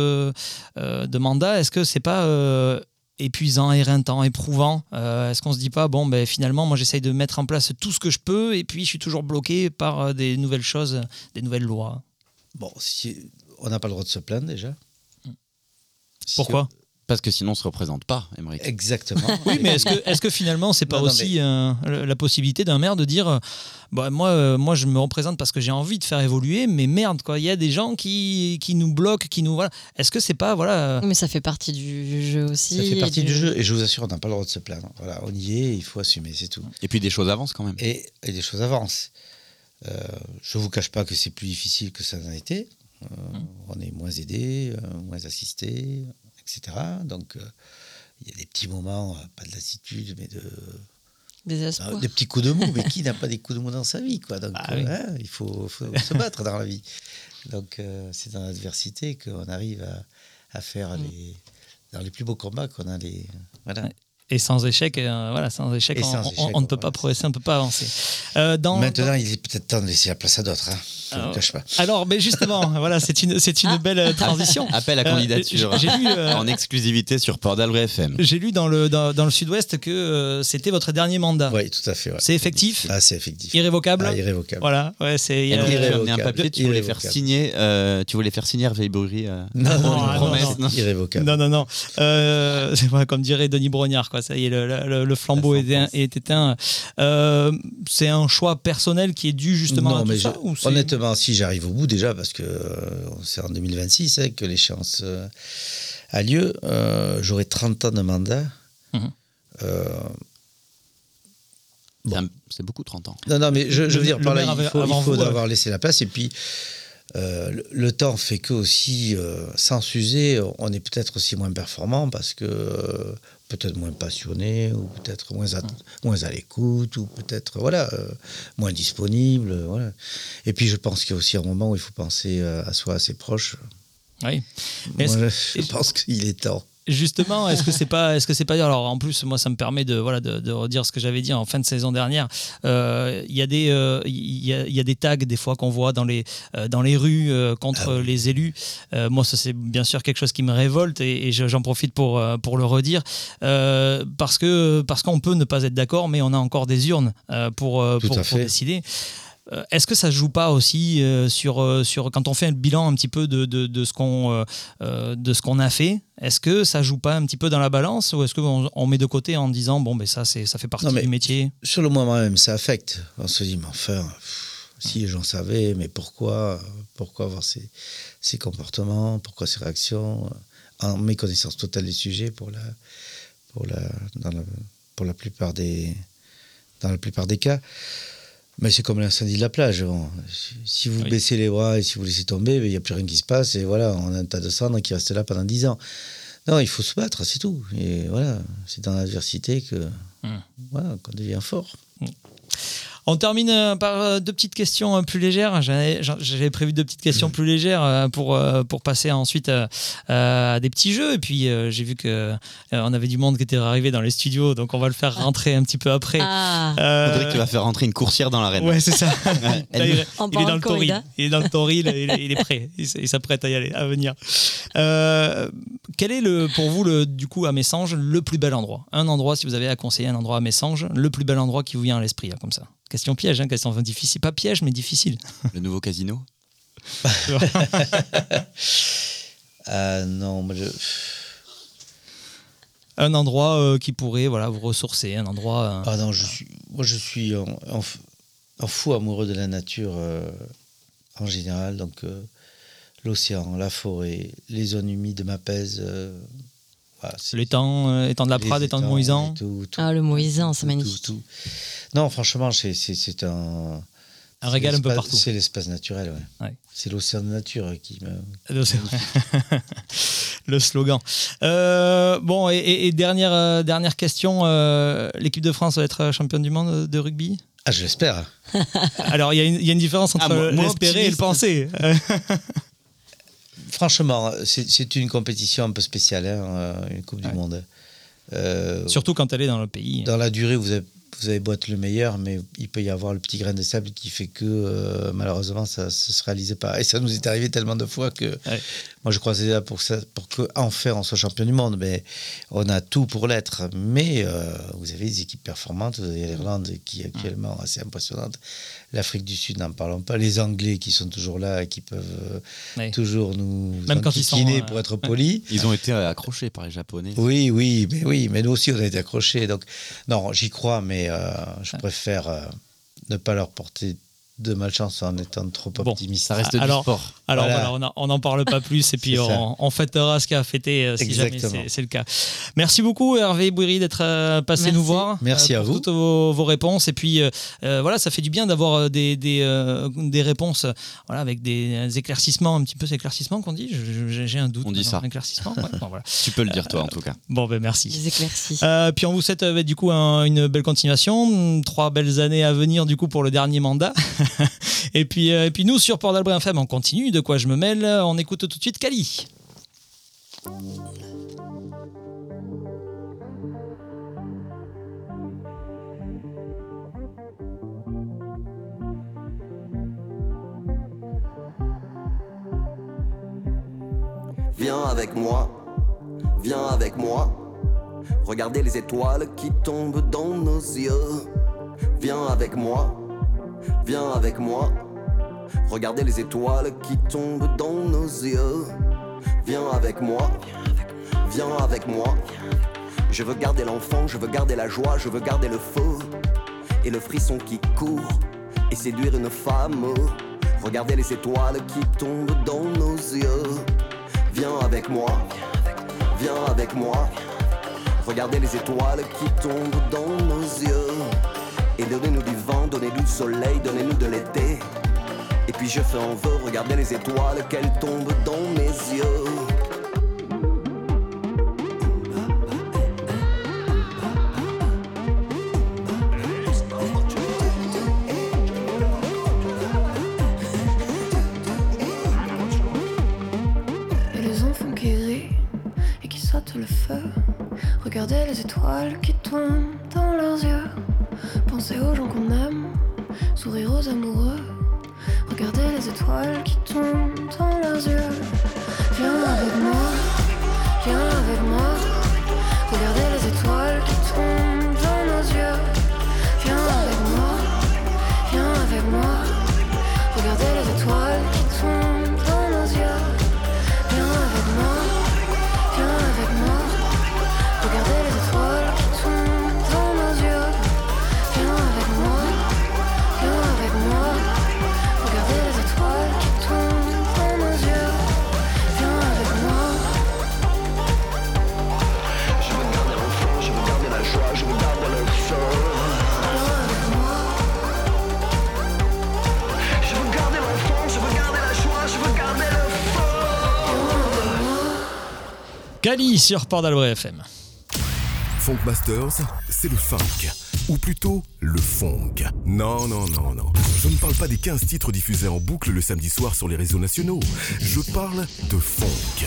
A: de mandat, est-ce que c'est pas épuisant, éreintant, éprouvant? Est-ce qu'on se dit pas, finalement, moi j'essaye de mettre en place tout ce que je peux et puis je suis toujours bloqué par des nouvelles choses, des nouvelles lois?
D: Bon, on n'a pas le droit de se plaindre déjà.
A: Pourquoi?
B: Parce que sinon on ne se représente pas, Aymeric.
D: Exactement.
A: Oui, mais est-ce que finalement c'est pas la possibilité d'un maire de dire moi je me représente parce que j'ai envie de faire évoluer, mais merde quoi, il y a des gens qui nous bloquent, qui nous voilà. Est-ce que c'est pas
C: Mais ça fait partie du jeu aussi.
D: Ça fait partie du jeu, et je vous assure, on n'a pas le droit de se plaindre. Voilà, on y est, il faut assumer, c'est tout.
B: Et puis des choses avancent quand même.
D: Et des choses avancent. Je vous cache pas que c'est plus difficile que ça n'a été. On est moins aidé, moins assisté, etc. Donc il y a des petits moments, pas de lassitude, mais
C: Des espoirs.
D: Des petits coups de mou, mais qui n'a pas des coups de mou dans sa vie, quoi. Donc,
A: oui.
D: il faut se battre dans la vie. Donc, c'est dans l'adversité qu'on arrive à faire dans les plus beaux combats qu'on a les. Voilà.
A: Ouais. Et sans échec, on ne peut pas progresser, on ne peut pas avancer.
D: Maintenant, il est peut-être temps de laisser la place à d'autres. Je ne le cache pas.
A: Alors, mais justement, voilà, c'est une belle transition.
B: Appel à candidature
A: j'ai lu,
B: en exclusivité sur Port d'Albret FM.
A: J'ai lu dans le Sud-Ouest que c'était votre dernier mandat.
D: Oui, tout à fait. Ouais.
A: C'est effectif.
D: C'est effectif.
A: Irrévocable.
D: Irrévocable.
A: Voilà, ouais, c'est
B: Tu as amené un papier, tu voulais faire
D: Irrévocable.
B: signer Hervé Bourri.
D: Non. Irrévocable.
A: Non. C'est vrai, comme dirait Denis Brognard, quoi. Ça y est, le flambeau est éteint. C'est un choix personnel qui est dû justement à tout ça
D: honnêtement, si j'arrive au bout déjà, parce que c'est en 2026 que l'échéance a lieu, j'aurai 30 ans de mandat.
B: C'est beaucoup 30 ans.
D: Non, mais je veux dire, par là, il faut avoir laissé la place. Et puis, le temps fait que aussi, sans s'user, on est peut-être aussi moins performant parce que peut-être moins passionné ou peut-être moins à l'écoute ou peut-être moins disponible. Voilà. Et puis, je pense qu'il y a aussi un moment où il faut penser à soi, à ses proches.
A: Oui.
D: Je pense qu'il est temps.
A: Justement, est-ce que c'est pas alors en plus moi ça me permet de redire ce que j'avais dit en fin de saison dernière. Il y a des tags des fois qu'on voit dans les rues contre les élus. Moi ça c'est bien sûr quelque chose qui me révolte et j'en profite pour le redire parce qu'on peut ne pas être d'accord mais on a encore des urnes pour décider. Est-ce que ça ne joue pas aussi sur quand on fait le bilan un petit peu de ce qu'on a fait? Est-ce que ça ne joue pas un petit peu dans la balance ou est-ce qu'on met de côté en disant bon, ben ça fait partie du métier?
D: Sur le moment même, ça affecte. On se dit, mais enfin, si les gens savaient, mais pourquoi avoir ces comportements, pourquoi ces réactions, en méconnaissance totale des sujets dans la plupart des cas. Mais c'est comme l'incendie de la plage. Bon, si vous baissez les bras et si vous laissez tomber, il n'y a plus rien qui se passe. Et voilà, on a un tas de cendres qui reste là pendant 10 ans. Non, il faut se battre, c'est tout. Et voilà, c'est dans l'adversité qu'on devient fort.
A: On termine par deux petites questions plus légères. J'avais prévu deux petites questions plus légères pour passer ensuite à des petits jeux. Et puis, j'ai vu qu'on avait du monde qui était arrivé dans les studios, donc on va le faire rentrer un petit peu après.
B: Faudrait que tu vas faire rentrer une coursière dans l'arène.
A: Ouais, c'est ça. Là, il est dans le toril. Il est dans le toril, il est prêt. Il s'apprête à venir. Quel est pour vous, du coup, à Messanges, le plus bel endroit? Un endroit, si vous avez à conseiller un endroit à Messanges, le plus bel endroit qui vous vient à l'esprit, là, comme ça. Question piège, question difficile. Pas piège, mais difficile.
B: Le nouveau casino.
D: Non,
A: un endroit qui pourrait vous ressourcer, un endroit...
D: non, je suis un fou amoureux de la nature en général, donc l'océan, la forêt, les zones humides m'apaisent.
A: L'étang de la Prade, l'étang de Moïsan.
C: Le Moïsan, c'est magnifique.
D: Tout. Non, franchement, c'est un
A: régal un peu partout.
D: C'est l'espace naturel, ouais. C'est l'océan de nature qui me...
A: Le slogan. Bon, et dernière question, l'équipe de France va être championne du monde de rugby?
D: Je l'espère.
A: Alors, il y a une différence entre l'espérer et le penser.
D: Franchement, c'est une compétition un peu spéciale, une Coupe du Monde.
A: Surtout quand elle est dans le pays.
D: Dans la durée, vous avez beau être le meilleur, mais il peut y avoir le petit grain de sable qui fait que malheureusement, ça ne se réalise pas. Et ça nous est arrivé tellement de fois que moi, je croisais là pour qu'enfin on soit champion du monde. Mais on a tout pour l'être. Mais vous avez des équipes performantes. Vous avez l'Irlande qui est actuellement assez impressionnante. L'Afrique du Sud, n'en parlons pas. Les Anglais qui sont toujours là et qui peuvent toujours nous enquiquiner pour être polis.
B: Ils ont été accrochés par les Japonais.
D: Oui, mais nous aussi on a été accrochés. Donc non, j'y crois, mais je préfère ne pas leur porter de malchance en étant trop optimiste.
B: Ça reste
A: Alors,
B: du sport.
A: Alors
D: Voilà.
A: voilà, on n'en parle pas plus et puis
D: C'est ça.
A: on fêtera ce qu'il y a à fêter si jamais
D: Exactement.
A: c'est le cas. Merci beaucoup Hervé Bouiry d'être passé
C: Merci.
A: nous voir.
D: Merci à
A: pour
D: vous.
A: toutes vos réponses. Et puis voilà, ça fait du bien d'avoir des réponses voilà, avec des éclaircissements, un petit peu éclaircissements qu'on dit. J'ai un doute.
B: On dit ça.
A: Un éclaircissement, ouais. Bon, voilà.
B: Tu peux le dire toi en tout cas.
A: Bon, ben merci.
C: Des éclaircies.
A: Puis on vous souhaite du coup une belle continuation, 3 belles années à venir du coup pour le dernier mandat. et puis nous sur Port d'Albret FM on continue. De quoi je me mêle. On écoute tout de suite Kali.
J: Viens avec moi, viens avec moi. Regardez les étoiles qui tombent dans nos yeux. Viens avec moi, viens avec moi. Regardez les étoiles qui tombent dans nos yeux. Viens avec moi, viens avec moi. Je veux garder l'enfant, je veux garder la joie, je veux garder le feu et le frisson qui court et séduire une femme. Regardez les étoiles qui tombent dans nos yeux. Viens avec moi, viens avec moi. Regardez les étoiles qui tombent dans nos yeux. Et donnez-nous du vent, donnez-nous du soleil, donnez-nous de l'été. Et puis je fais en vœu, regardez les étoiles, qu'elles tombent dans mes yeux.
L: Et les enfants qui rient et qui sautent le feu. Regardez les étoiles qui tombent dans leurs yeux. Pensez aux gens qu'on aime, sourire aux amoureux. Regardez les étoiles qui tombent dans leurs yeux. Viens avec moi, viens avec moi. Regardez les étoiles qui tombent dans nos yeux. Viens avec moi, viens avec moi. Regardez les étoiles qui tombent dans nos yeux. Viens avec moi, viens avec moi. Regardez les étoiles qui tombent dans nos yeux. Viens avec moi, viens avec moi. Regardez les étoiles qui tombent dans nos yeux. Viens avec moi.
J: Je veux garder l'enfant, je veux garder la joie, je veux garder le feu.
L: Viens avec moi.
J: Je veux garder l'enfant, je veux garder la joie, je veux garder le feu.
A: Kali sur Port d'Albret FM.
G: Funk Masters, c'est le funk. Ou plutôt, le funk. Non, non, non, non. Je ne parle pas des 15 titres diffusés en boucle le samedi soir sur les réseaux nationaux. Je parle de funk.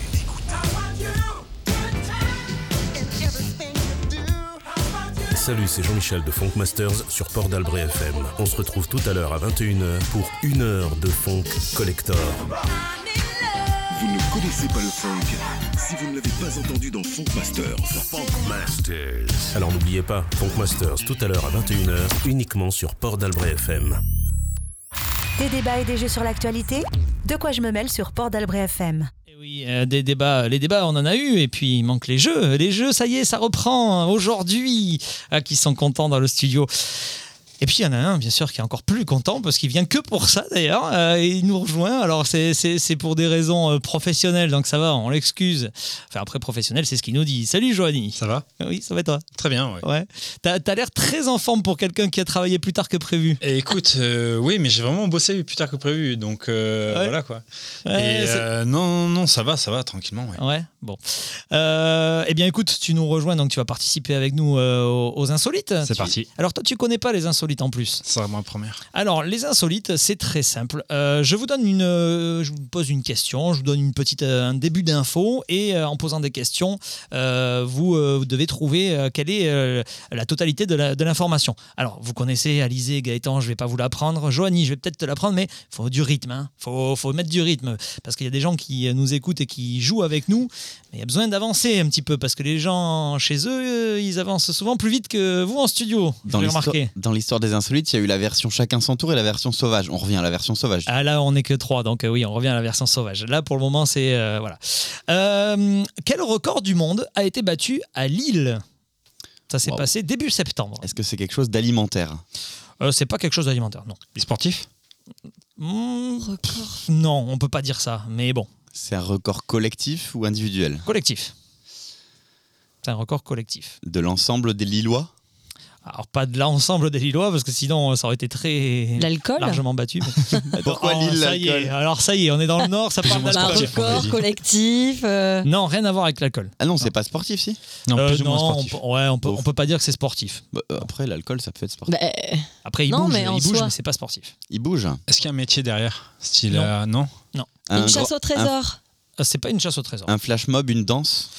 K: Salut, c'est Jean-Michel de Funk Masters sur Port d'Albret FM. On se retrouve tout à l'heure à 21h pour 1 heure de funk collector.
G: Vous ne connaissez pas le funk si vous ne l'avez pas entendu dans Funk Masters. Funk Masters.
K: Alors n'oubliez pas, Funk Masters tout à l'heure à 21h uniquement sur Port d'Albret FM.
E: Des débats et des jeux sur l'actualité. De quoi je me mêle sur Port d'Albret FM.
A: Et oui, des débats, les débats on en a eu et puis il manque les jeux. Les jeux, ça y est, ça reprend aujourd'hui. Qui sont contents dans le studio. Et puis il y en a un, bien sûr, qui est encore plus content parce qu'il vient que pour ça d'ailleurs. Il nous rejoint. Alors c'est pour des raisons professionnelles, donc ça va, on l'excuse. Enfin après professionnel, c'est ce qu'il nous dit. Salut Joanie.
M: Ça va ?
A: Oui, ça va toi ?
M: Très bien, ouais.
A: Ouais. T'as l'air très en forme pour quelqu'un qui a travaillé plus tard que prévu.
M: Et écoute, oui, mais j'ai vraiment bossé plus tard que prévu, donc voilà quoi.
A: Ouais,
M: et non, ça va, tranquillement. Ouais.
A: Ouais, bon. Eh bien écoute, tu nous rejoins, donc tu vas participer avec nous aux Insolites.
M: C'est parti.
A: Alors toi, tu connais pas les Insolites en plus.
M: C'est vraiment la première.
A: Alors, les Insolites, c'est très simple. Je vous pose une question, je vous donne un début d'info et en posant des questions, vous devez trouver quelle est la totalité de l'information. Alors, vous connaissez Alizé, Gaëtan, je vais pas vous l'apprendre. Joanie, je vais peut-être te l'apprendre, mais il faut du rythme. Hein. Faut mettre du rythme parce qu'il y a des gens qui nous écoutent et qui jouent avec nous. Mais il y a besoin d'avancer un petit peu parce que les gens chez eux, ils avancent souvent plus vite que vous en studio.
B: Dans l'histoire des Insolites, il y a eu la version chacun son tour et la version sauvage. On revient à la version sauvage.
A: Ah là, on n'est que 3, donc oui, on revient à la version sauvage. Là, pour le moment, c'est... voilà. Quel record du monde a été battu à Lille ? Ça s'est passé début septembre.
B: Est-ce que c'est quelque chose d'alimentaire ?
A: C'est pas quelque chose d'alimentaire, non.
M: Les sportifs
C: Record.
A: Non, on peut pas dire ça, mais bon.
B: C'est un record collectif ou individuel?
A: Collectif. C'est un record collectif.
B: De l'ensemble des Lillois?
A: Alors, pas de l'ensemble des Lillois, parce que sinon, ça aurait été très
C: L'alcool
A: largement battu.
B: Pourquoi Lille,
A: ça y est.
B: l'alcool?
A: Alors, ça y est, on est dans le Nord, ça parle
C: Un
A: d'alcool.
C: record collectif.
A: Non, rien à voir avec l'alcool.
B: Ah non, c'est pas sportif, si?
M: Non, plus ou moins
A: non,
M: sportif.
A: on peut pas dire que c'est sportif.
B: Bah, après, l'alcool, ça peut être sportif.
C: Bah,
A: Après, il
C: Non,
A: bouge,
C: mais en
A: il bouge,
C: soi-
A: mais c'est pas sportif.
B: Il bouge.
M: Est-ce qu'il y a un métier derrière? Style,
A: Non.
M: non.
A: Non.
C: une chasse au trésor.
A: C'est pas une chasse au trésor.
B: Un flash mob, une danse.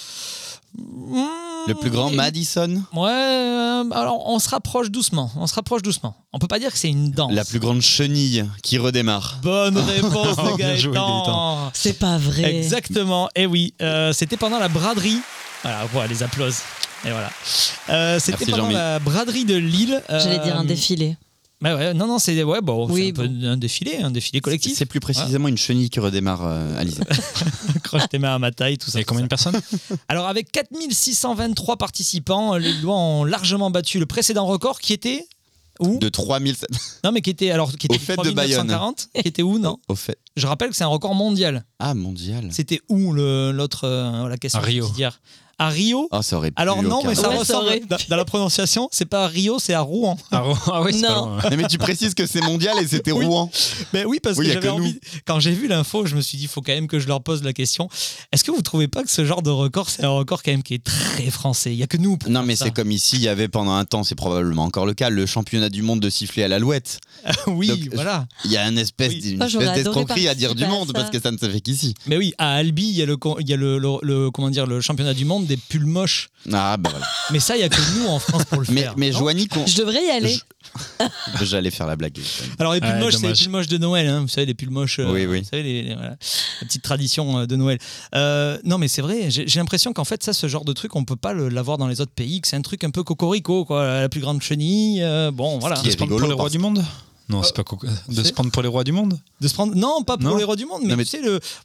B: Le plus grand Madison.
A: Ouais, alors on se rapproche doucement. On peut pas dire que c'est une danse.
B: La plus grande chenille qui redémarre.
A: Bonne réponse de
M: Bien joué,
A: Gaëtan.
M: Gaëtan.
C: C'est pas vrai.
A: Exactement. Et oui, c'était pendant la braderie. Voilà, on voit les applauses. Et voilà. C'était
B: Merci,
A: pendant
B: Jean-Mi.
A: la braderie de Lille.
C: J'allais dire un défilé.
A: Bah ouais, non, c'est
C: Oui,
A: c'est un défilé collectif.
B: C'est plus précisément une chenille qui redémarre, Alizé.
A: Croche tes mains à ma taille, tout ça.
M: Et combien de personnes?
A: Alors, avec 4623 participants, les Lillois ont largement battu le précédent record qui était où?
B: De 3007.
A: Non, mais qui était
B: Au
A: du
B: fait de Bayonne.
A: 3940. Qui était où, non?
B: Au fait.
A: Je rappelle que c'est un record mondial.
B: Ah, mondial.
A: C'était où l'autre la question
M: À Rio.
A: subsidiaire À Rio.
B: Ah, ça aurait pu.
A: Alors non, mais ça
C: Ouais, ça
A: ressemble
C: aurait
A: dans la prononciation. C'est pas à Rio, c'est à Rouen.
M: Ah oui, c'est pas
C: Non.
M: loin.
B: Mais tu précises que c'est mondial et c'était
A: Oui.
B: Rouen.
A: Mais oui, parce
B: Oui,
A: que
B: y a
A: j'avais
B: que nous.
A: envie. Quand j'ai vu l'info, je me suis dit, il faut quand même que je leur pose la question. Est-ce que vous trouvez pas que ce genre de record, c'est un record quand même qui est très français? Il y a que nous. Pour
B: Non,
A: faire
B: mais
A: ça.
B: c'est comme ici, il y avait pendant un temps, c'est probablement encore le cas, le championnat du monde de siffler à l'alouette.
A: Oui,
B: Donc,
A: voilà.
B: Il y a une espèce,
A: Oui.
B: une
C: Ah, j'aurais
B: espèce
C: adoré
B: d'escroquerie à dire du
C: participer à
B: monde
C: ça.
B: parce que ça ne se fait qu'ici.
A: Mais oui, à Albi, il y a comment dire, le championnat du monde des pulls moches.
B: Ah, bah voilà.
A: Mais ça, il y a que nous en France pour le faire.
B: Mais
A: non
B: Joanie,
C: Je devrais y aller.
B: j'allais faire la blague.
A: Alors les pulls
M: Ouais,
A: moches, c'est les
M: dommage.
A: pulls moches de Noël, hein. Vous savez, les pulls moches.
B: Oui, oui.
A: Vous savez, voilà, la petite tradition de Noël. Non, mais c'est vrai. J'ai l'impression qu'en fait, ça, ce genre de truc, on peut pas l'avoir dans les autres pays. Que c'est un truc un peu cocorico, quoi. La plus grande chenille. Bon, voilà.
B: qui
M: De
B: est
M: se prendre
B: rigolo,
M: pour les rois
B: parce-
M: du monde? Non, c'est pas de se prendre pour les rois du monde?
A: De se prendre. Non, pas pour
M: Non.
A: les rois du monde, mais,
B: Non, mais-
A: tu sais,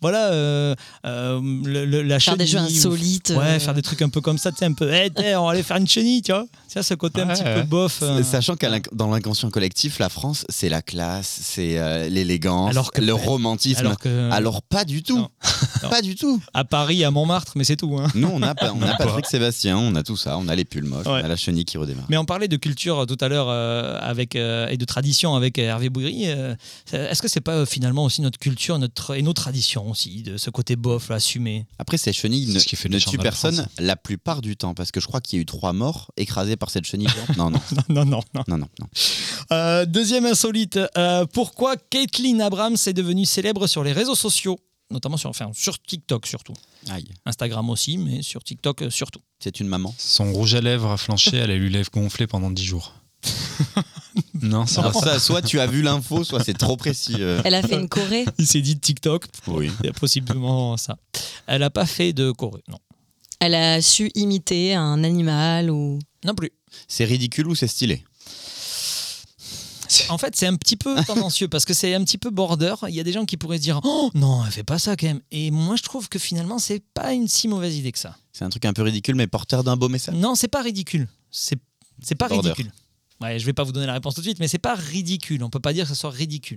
A: la
C: Faire des jeux
A: chenille,
C: insolites.
A: Ouais, faire des trucs un peu comme ça, tu sais, un peu. On va aller faire une chenille, tu vois. Tu vois, ce côté un
M: Ouais,
A: petit peu
M: ouais.
A: bof.
B: Sachant que dans l'inconscient collectif, la France, c'est la classe, c'est l'élégance,
A: Alors que-
B: le romantisme. Alors pas du tout.
A: Non. Non.
B: Pas du tout.
A: À Paris, à Montmartre, mais c'est tout. Hein.
B: Nous, on a Patrick Sébastien, on a tout ça, on a les pulls moches,
A: Ouais.
B: on a la chenille qui redémarre.
A: Mais on parlait de culture tout à l'heure et de tradition avec Hervé Bouillerie. Est-ce que c'est pas finalement aussi notre culture et nos traditions aussi, de ce côté bof, là, assumé?
B: Après, ces chenilles
M: C'est ce qui fait
B: ne
M: le
B: tuent
M: charme de la
B: personne
M: France.
B: la plupart du temps, parce que je crois qu'il y a eu 3 morts écrasés par cette chenille. Non.
A: Non. Deuxième insolite. Pourquoi Caitlyn Abrams est devenue célèbre sur les réseaux sociaux, notamment sur TikTok surtout.
B: Aïe.
A: Instagram aussi, mais sur TikTok surtout.
B: C'est une maman.
M: Son rouge à lèvres a flanché, elle a eu les lèvres gonflées pendant 10 jours. Non, c'est
B: Alors
M: pas
B: ça, soit tu as vu l'info, soit c'est trop précis.
C: Elle a fait une choré.
A: Il s'est dit TikTok.
B: Oui.
A: Il y a possiblement ça. Elle n'a pas fait de choré, non.
C: Elle a su imiter un animal ou.
A: Non plus.
B: C'est ridicule ou c'est stylé?
A: En fait, c'est un petit peu tendancieux parce que c'est un petit peu border. Il y a des gens qui pourraient se dire oh non, elle fait pas ça quand même. Et moi, je trouve que finalement, c'est pas une si mauvaise idée que ça.
B: C'est un truc un peu ridicule, mais porteur d'un beau message.
A: Non, c'est pas ridicule. C'est pas
B: Border.
A: ridicule. Ouais, je vais pas vous donner la réponse tout de suite, mais c'est pas ridicule. On peut pas dire que ce soit ridicule.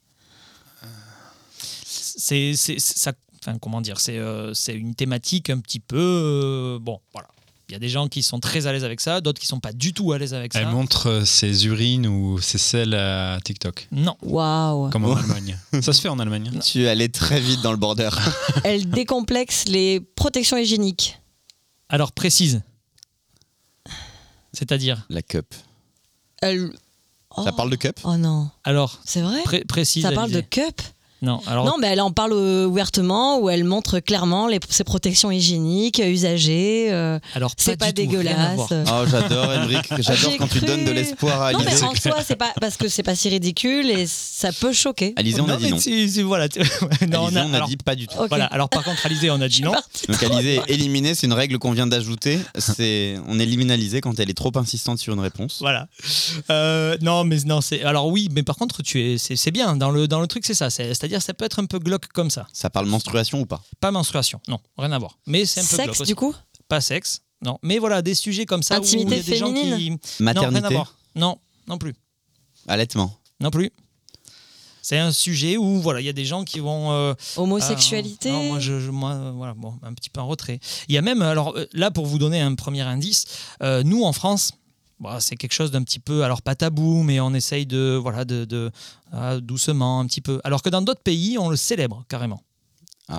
A: C'est ça. Enfin, comment dire, c'est une thématique un petit peu bon, voilà. Il y a des gens qui sont très à l'aise avec ça, d'autres qui sont pas du tout à l'aise avec ça.
M: Elle montre ses urines ou ses selles à TikTok.
A: Non.
C: Waouh.
M: Comme en Allemagne. Ça se fait en Allemagne.
B: Tu allais très vite dans le border.
C: Elle décomplexe les protections hygiéniques.
A: Alors précise. C'est-à-dire
B: La cup.
C: Elle.
B: Ça parle de cup?
C: Oh non.
A: Alors
C: C'est vrai?
A: précise.
C: Ça parle de
A: Alizé.
C: cup?
A: Non, alors
C: Non, mais elle en parle ouvertement, où elle montre clairement ses protections hygiéniques usagées.
A: alors
C: C'est pas
A: du tout, rien à
C: dégueulasse.
A: voir.
B: Oh, j'adore, Henrik. J'adore
C: J'ai
B: quand tu
C: cru.
B: donnes de l'espoir à
C: Non, mais
B: Alizé.
C: en soi, c'est pas parce que c'est pas si ridicule et ça peut choquer.
B: Alizé, on a dit
A: mais
B: non.
A: voilà. Non,
B: Alizé, on a
A: alors,
B: dit pas du tout.
C: Ok.
A: Voilà. Alors par contre, Alizé, on a dit non.
B: Donc Alizé est éliminée, c'est une règle qu'on vient d'ajouter. On élimine Alizé quand elle est trop insistante sur une réponse.
A: Voilà. Non, mais non, c'est. Alors oui, mais par contre, c'est bien dans le truc, c'est ça. C'est-à-dire, ça peut être un peu glauque comme ça.
B: Ça parle menstruation ou pas?
A: Pas menstruation, non, rien à voir. Mais c'est un peu glauque
C: Sexe,
A: aussi.
C: du coup?
A: Pas sexe, non. Mais voilà, des sujets comme ça
C: Intimité
A: où il y a des gens
C: féminine.
A: qui.
B: Maternité.
A: Non, rien à voir. Non, non plus.
B: Allaitement.
A: Non plus. C'est un sujet où voilà, il y a des gens qui vont
C: homosexualité.
A: Non, moi, voilà, bon, un petit peu en retrait. Il y a même, alors là, pour vous donner un premier indice, nous en France, c'est quelque chose d'un petit peu, alors pas tabou, mais on essaye de doucement un petit peu. Alors que dans d'autres pays, on le célèbre carrément.
B: Ah.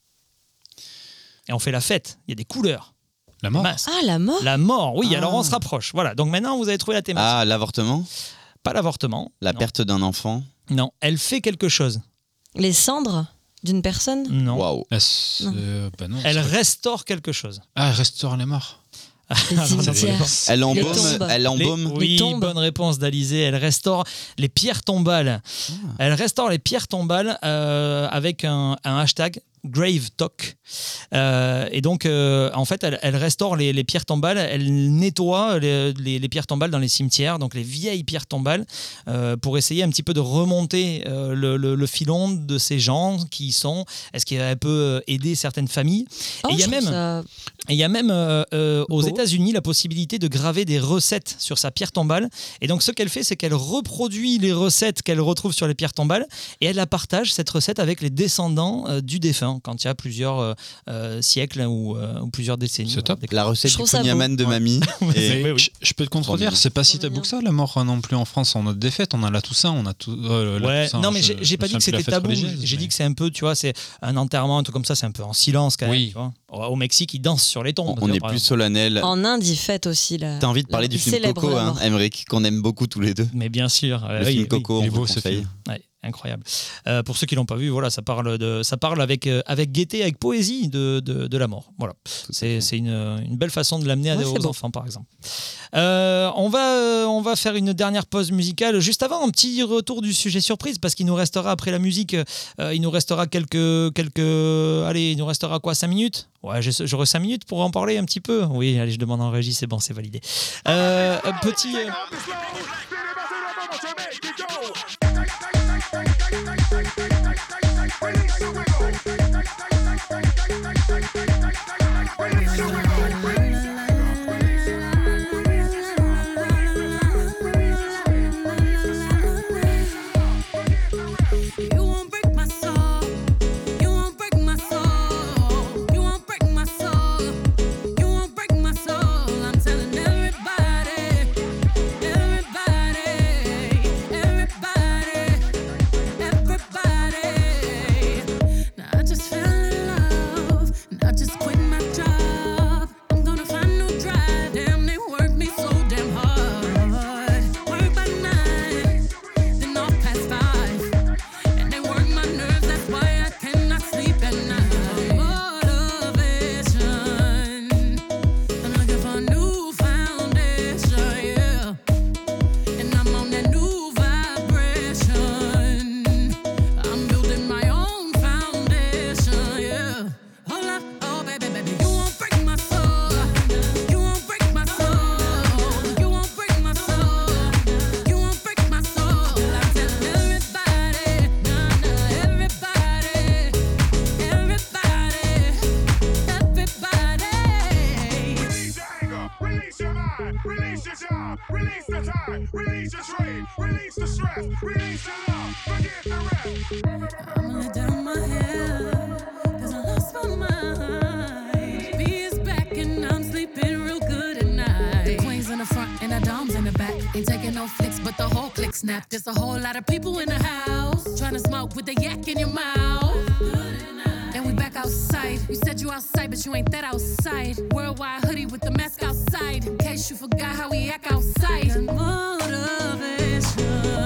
A: Et on fait la fête. Il y a des couleurs.
M: La mort.
C: Ah, la mort.
A: La mort, oui. Alors on se rapproche. Voilà. Donc maintenant, vous avez trouvé la thématique.
B: Ah, l'avortement.
A: Pas l'avortement.
B: La perte d'un enfant.
A: Non, elle fait quelque chose.
C: Les cendres d'une personne.
A: Non.
B: Waouh.
M: Non,
A: elle restaure quelque chose.
M: Ah, elle restaure les morts.
C: Les cimetières.
B: Elle embaume.
A: Oui, bonne réponse d'Alizé. Elle restaure les pierres tombales. Elle restaure les pierres tombales avec un hashtag Grave Talk. Et donc, en fait, elle restaure les pierres tombales. Elle nettoie les pierres tombales dans les cimetières, donc les vieilles pierres tombales, pour essayer un petit peu de remonter le filon de ces gens qui sont. Est-ce qu'elle peut aider certaines familles? Et il y a même aux États-Unis la possibilité de graver des recettes sur sa pierre tombale. Et donc, ce qu'elle fait, c'est qu'elle reproduit les recettes qu'elle retrouve sur les pierres tombales et elle la partage, cette recette, avec les descendants du défunt quand il y a plusieurs siècles ou plusieurs décennies.
M: C'est top.
B: La recette du kouign-amann de mamie.
M: Et je peux te contredire, c'est pas si tabou que ça, la mort non plus en France. On a des fêtes, on a la Toussaint, on a tout.
A: Non, mais j'ai pas dit que c'était tabou. J'ai dit que c'est un peu, tu vois, c'est un enterrement, un truc comme ça, c'est un peu en silence quand même. Tu vois. Au Mexique, ils dansent sur les tombes.
B: On est plus solennel.
C: En Inde, ils fêtent aussi la.
B: T'as envie de parler du film Coco, hein, Emmerich, qu'on aime beaucoup tous les deux.
A: Mais bien sûr.
B: Le film Coco, on vous conseille.
A: Incroyable. Pour ceux qui l'ont pas vu, voilà, ça parle avec gaieté, avec poésie de la mort. Voilà, c'est une belle façon de l'amener aux enfants, par exemple. On va faire une dernière pause musicale. Juste avant, un petit retour du sujet surprise, parce qu'il nous restera après la musique, il nous restera allez, il nous restera quoi, 5 minutes? Ouais, j'aurai 5 minutes pour en parler un petit peu. Oui, allez, je demande en régie, c'est bon, c'est validé. Petit.
N: Snap. There's a whole lot of people in the house trying to smoke with the yak in your mouth. And we back outside. You said you outside, but you ain't that outside. Worldwide hoodie with the mask outside. In case you forgot how we act outside. Motivation.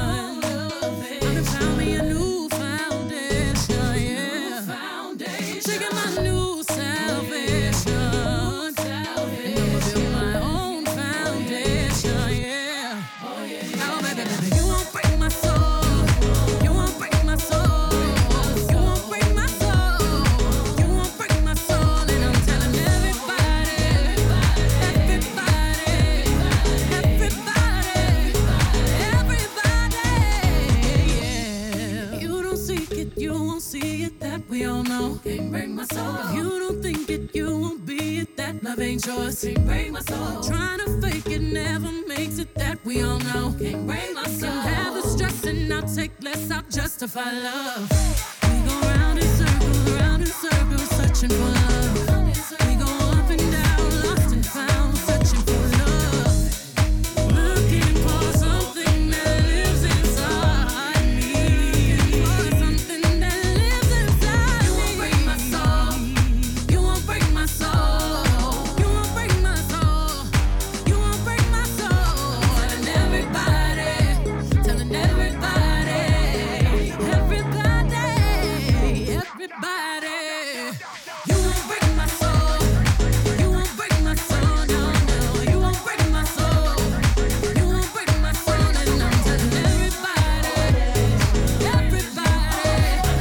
N: I'm found me a new foundation. Yeah. Shaking my new salvation. And I'ma build my own foundation. Yeah. Oh, baby, baby. You won't break my soul. You won't break my soul. You won't break my soul. You won't break my soul. And I'm telling everybody, yeah. You don't seek it, you won't see it. That we all know. Can't break my soul. If you don't think it, you won't be it. That Love ain't yours, can't break my soul. Trying to fake it never makes it, that we all know. Can't break my soul. Can have the stress and I'll take less, I'll justify love. We go round in circles, searching for love. We go up and down, lost and found, searching for love. Looking for something that lives inside me. For something that lives inside me. You won't break my soul. You won't break my soul. You won't break my soul. You won't break my soul. Telling everybody, telling everybody, everybody. You won't break my soul. You won't break my soul. No, no. You won't break my soul. You won't break my soul. And I'm telling everybody, everybody,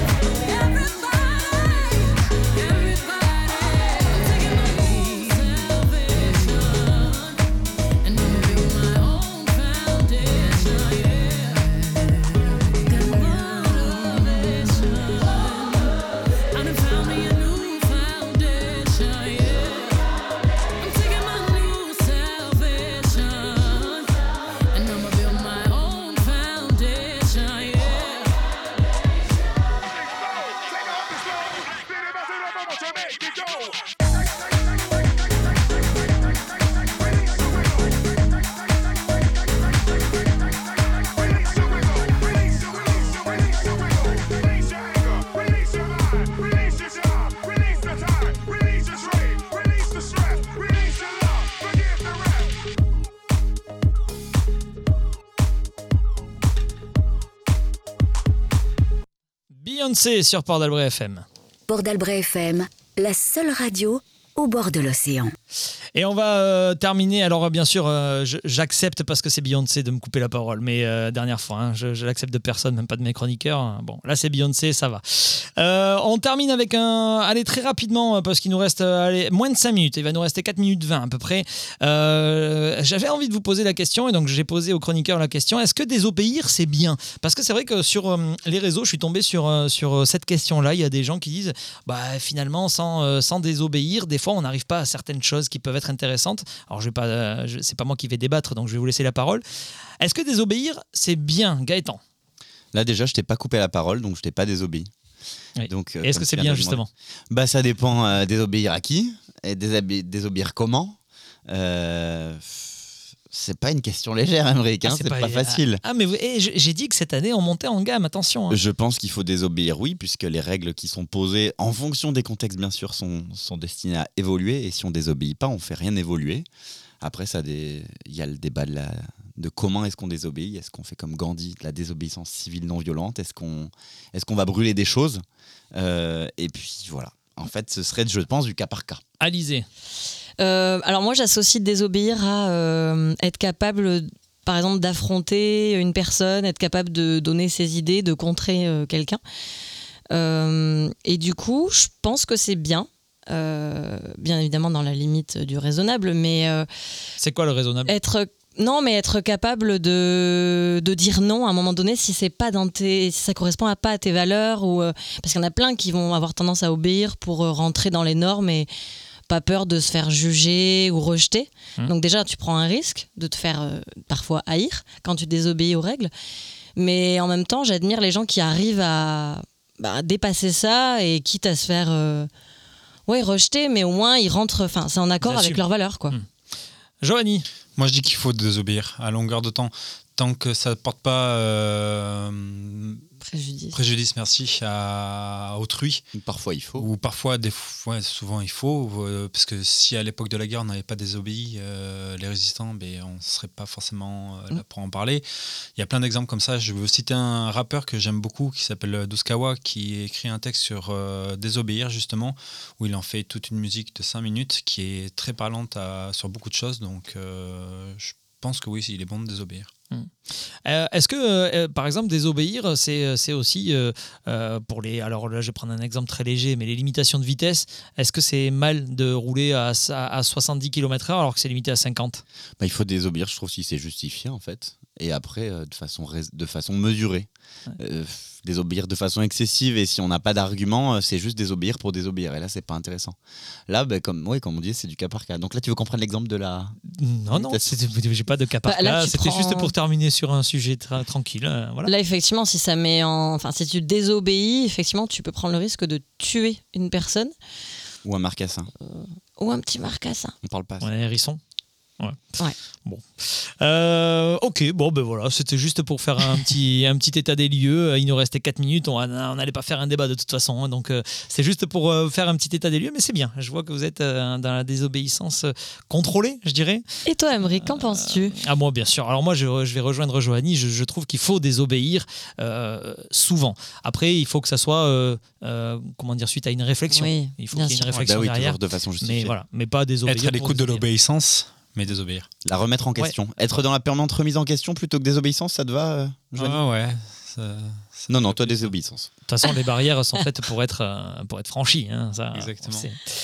A: Beyoncé sur Port d'Albret FM.
O: Port d'Albret FM, la seule radio au bord de l'océan.
A: Et on va terminer. Alors bien sûr, j'accepte parce que c'est Beyoncé de me couper la parole. Mais dernière fois, hein, je l'accepte de personne, même pas de mes chroniqueurs. Bon, là c'est Beyoncé, ça va. On termine avec allez, très rapidement, parce qu'il nous reste moins de 5 minutes. Il va nous rester 4 minutes 20 à peu près. J'avais envie de vous poser la question, et donc j'ai posé aux chroniqueurs la question, est-ce que désobéir c'est bien ? Parce que c'est vrai que sur les réseaux, je suis tombé sur cette question-là. Il y a des gens qui disent, bah, finalement, sans désobéir, des fois on n'arrive pas à certaines choses qui peuvent être intéressantes. Alors c'est pas moi qui vais débattre, donc je vais vous laisser la parole. Est-ce que désobéir c'est bien, Gaëtan ?
B: Là déjà, je t'ai pas coupé la parole, donc je t'ai pas désobéi.
A: Oui.
B: Donc,
A: est-ce que c'est bien justement ?
B: Bah ça dépend. Désobéir à qui ? Et désobéir comment ? C'est pas une question légère, Aymeric, hein, c'est pas facile.
A: Ah mais j'ai dit que cette année on montait en gamme, attention. Hein.
B: Je pense qu'il faut désobéir, oui, puisque les règles qui sont posées, en fonction des contextes bien sûr, sont destinées à évoluer, et si on désobéit pas, on fait rien évoluer. Après, il y a le débat de comment est-ce qu'on désobéit. Est-ce qu'on fait comme Gandhi, de la désobéissance civile non violente ? Est-ce qu'on va brûler des choses ? Et puis voilà. En fait, ce serait, je pense, du cas par cas.
A: Alizé.
C: Alors moi, j'associe désobéir à être capable, par exemple, d'affronter une personne, être capable de donner ses idées, de contrer quelqu'un. Et du coup, je pense que c'est bien. Bien évidemment dans la limite du raisonnable, mais...
A: c'est quoi le raisonnable ?
C: Être capable de dire non à un moment donné si c'est pas si ça correspond pas à tes valeurs, ou parce qu'il y en a plein qui vont avoir tendance à obéir pour rentrer dans les normes et pas peur de se faire juger ou rejeter. Donc déjà tu prends un risque de te faire parfois haïr quand tu désobéis aux règles, mais en même temps j'admire les gens qui arrivent à dépasser ça, et quitte à se faire rejeter, mais au moins ils rentrent, c'est en accord avec leurs valeurs, quoi.
A: Joanie.
M: Moi, je dis qu'il faut désobéir à longueur de temps, tant que ça ne porte pas préjudice, merci, à autrui.
B: Parfois, il faut.
M: Ou parfois, souvent, il faut. Parce que si à l'époque de la guerre, on n'avait pas désobéi, les résistants, on ne serait pas forcément là pour en parler. Il y a plein d'exemples comme ça. Je veux citer un rappeur que j'aime beaucoup, qui s'appelle Douskawa, qui écrit un texte sur désobéir, justement, où il en fait toute une musique de 5 minutes, qui est très parlante sur beaucoup de choses. Donc, je pense que oui, il est bon de désobéir.
A: Est-ce que, par exemple, désobéir, c'est aussi pour les... Alors là, je vais prendre un exemple très léger, mais les limitations de vitesse, est-ce que c'est mal de rouler à 70 km/h alors que c'est limité à 50 ?
B: Il faut désobéir, je trouve, si c'est justifié, en fait. et après de façon mesurée. Désobéir de façon excessive, et si on n'a pas d'argument, c'est juste désobéir pour désobéir, et là c'est pas intéressant. Là comme on dit, c'est du cas par cas. Donc là tu veux comprendre l'exemple de la...
A: Non, j'ai pas de cas par cas, c'était juste pour terminer sur un sujet tranquille, voilà.
C: Là effectivement, si tu désobéis, effectivement tu peux prendre le risque de tuer une personne
B: ou un marcassin
C: ou un petit marcassin.
B: On parle pas
A: un hérisson.
C: Ouais.
A: Bon. Ok, bon ben voilà, c'était juste pour faire un petit état des lieux. Il nous restait 4 minutes, on n'allait pas faire un débat de toute façon, hein, donc c'est juste pour faire un petit état des lieux, mais c'est bien. Je vois que vous êtes dans la désobéissance contrôlée, je dirais.
C: Et toi, Aymeric, qu'en penses-tu ?
A: Moi, bien sûr. Alors moi, je vais rejoindre Joanie. Je trouve qu'il faut désobéir souvent. Après, il faut que ça soit suite à une réflexion.
C: Oui,
A: il faut qu'il y ait une réflexion
B: toujours
A: derrière.
B: de façon justifiée.
A: Mais pas désobéir.
M: Être à l'écoute de l'obéissance. Mais désobéir.
B: La remettre en question. Ouais. Être dans la permanente remise en question plutôt que désobéissance, ça te va, Joanie ?
M: Ouais.
B: Non, toi, désobéissance.
A: De toute façon, les barrières sont faites pour être franchies. Hein, ça,
M: exactement.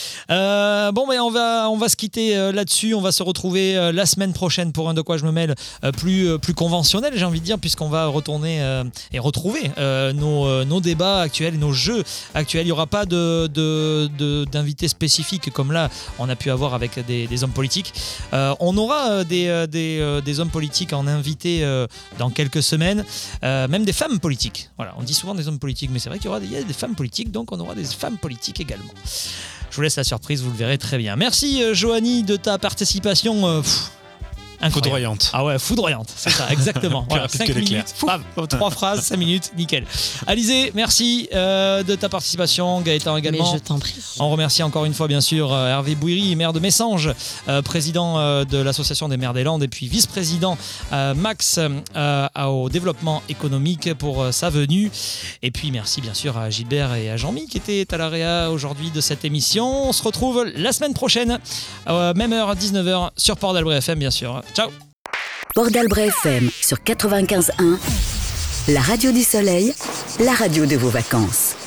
A: On va se quitter là-dessus. On va se retrouver la semaine prochaine pour un De quoi je me mêle plus conventionnel, j'ai envie de dire, puisqu'on va retourner et retrouver nos débats actuels et nos jeux actuels. Il n'y aura pas d'invités spécifiques comme là on a pu avoir avec des hommes politiques. On aura des hommes politiques en invité dans quelques semaines, même des femmes politiques. Voilà, on dit souvent des hommes politiques, mais c'est vrai qu'il y aura des femmes politiques, donc on aura des femmes politiques également. Je vous laisse la surprise, vous le verrez très bien. Merci Joanie de ta participation
M: foudroyante.
A: Ah ouais, foudroyante, c'est ça, exactement. Voilà, 5 minutes, 3 phrases, 5 minutes, nickel. Alizé, merci de ta participation. Gaëtan également.
C: Mais je t'en prie.
A: On remercie encore une fois, bien sûr, Hervé Bouiry, maire de Messanges, président de l'association des maires des Landes, et puis vice-président Max au développement économique pour sa venue. Et puis merci bien sûr à Gilbert et à Jean-Mi qui étaient à l'AREA aujourd'hui de cette émission. On se retrouve la semaine prochaine, même heure, 19h, sur Port d'Albret FM, bien sûr. Ciao.
O: Port d'Albret FM sur 95.1, la radio du soleil, la radio de vos vacances.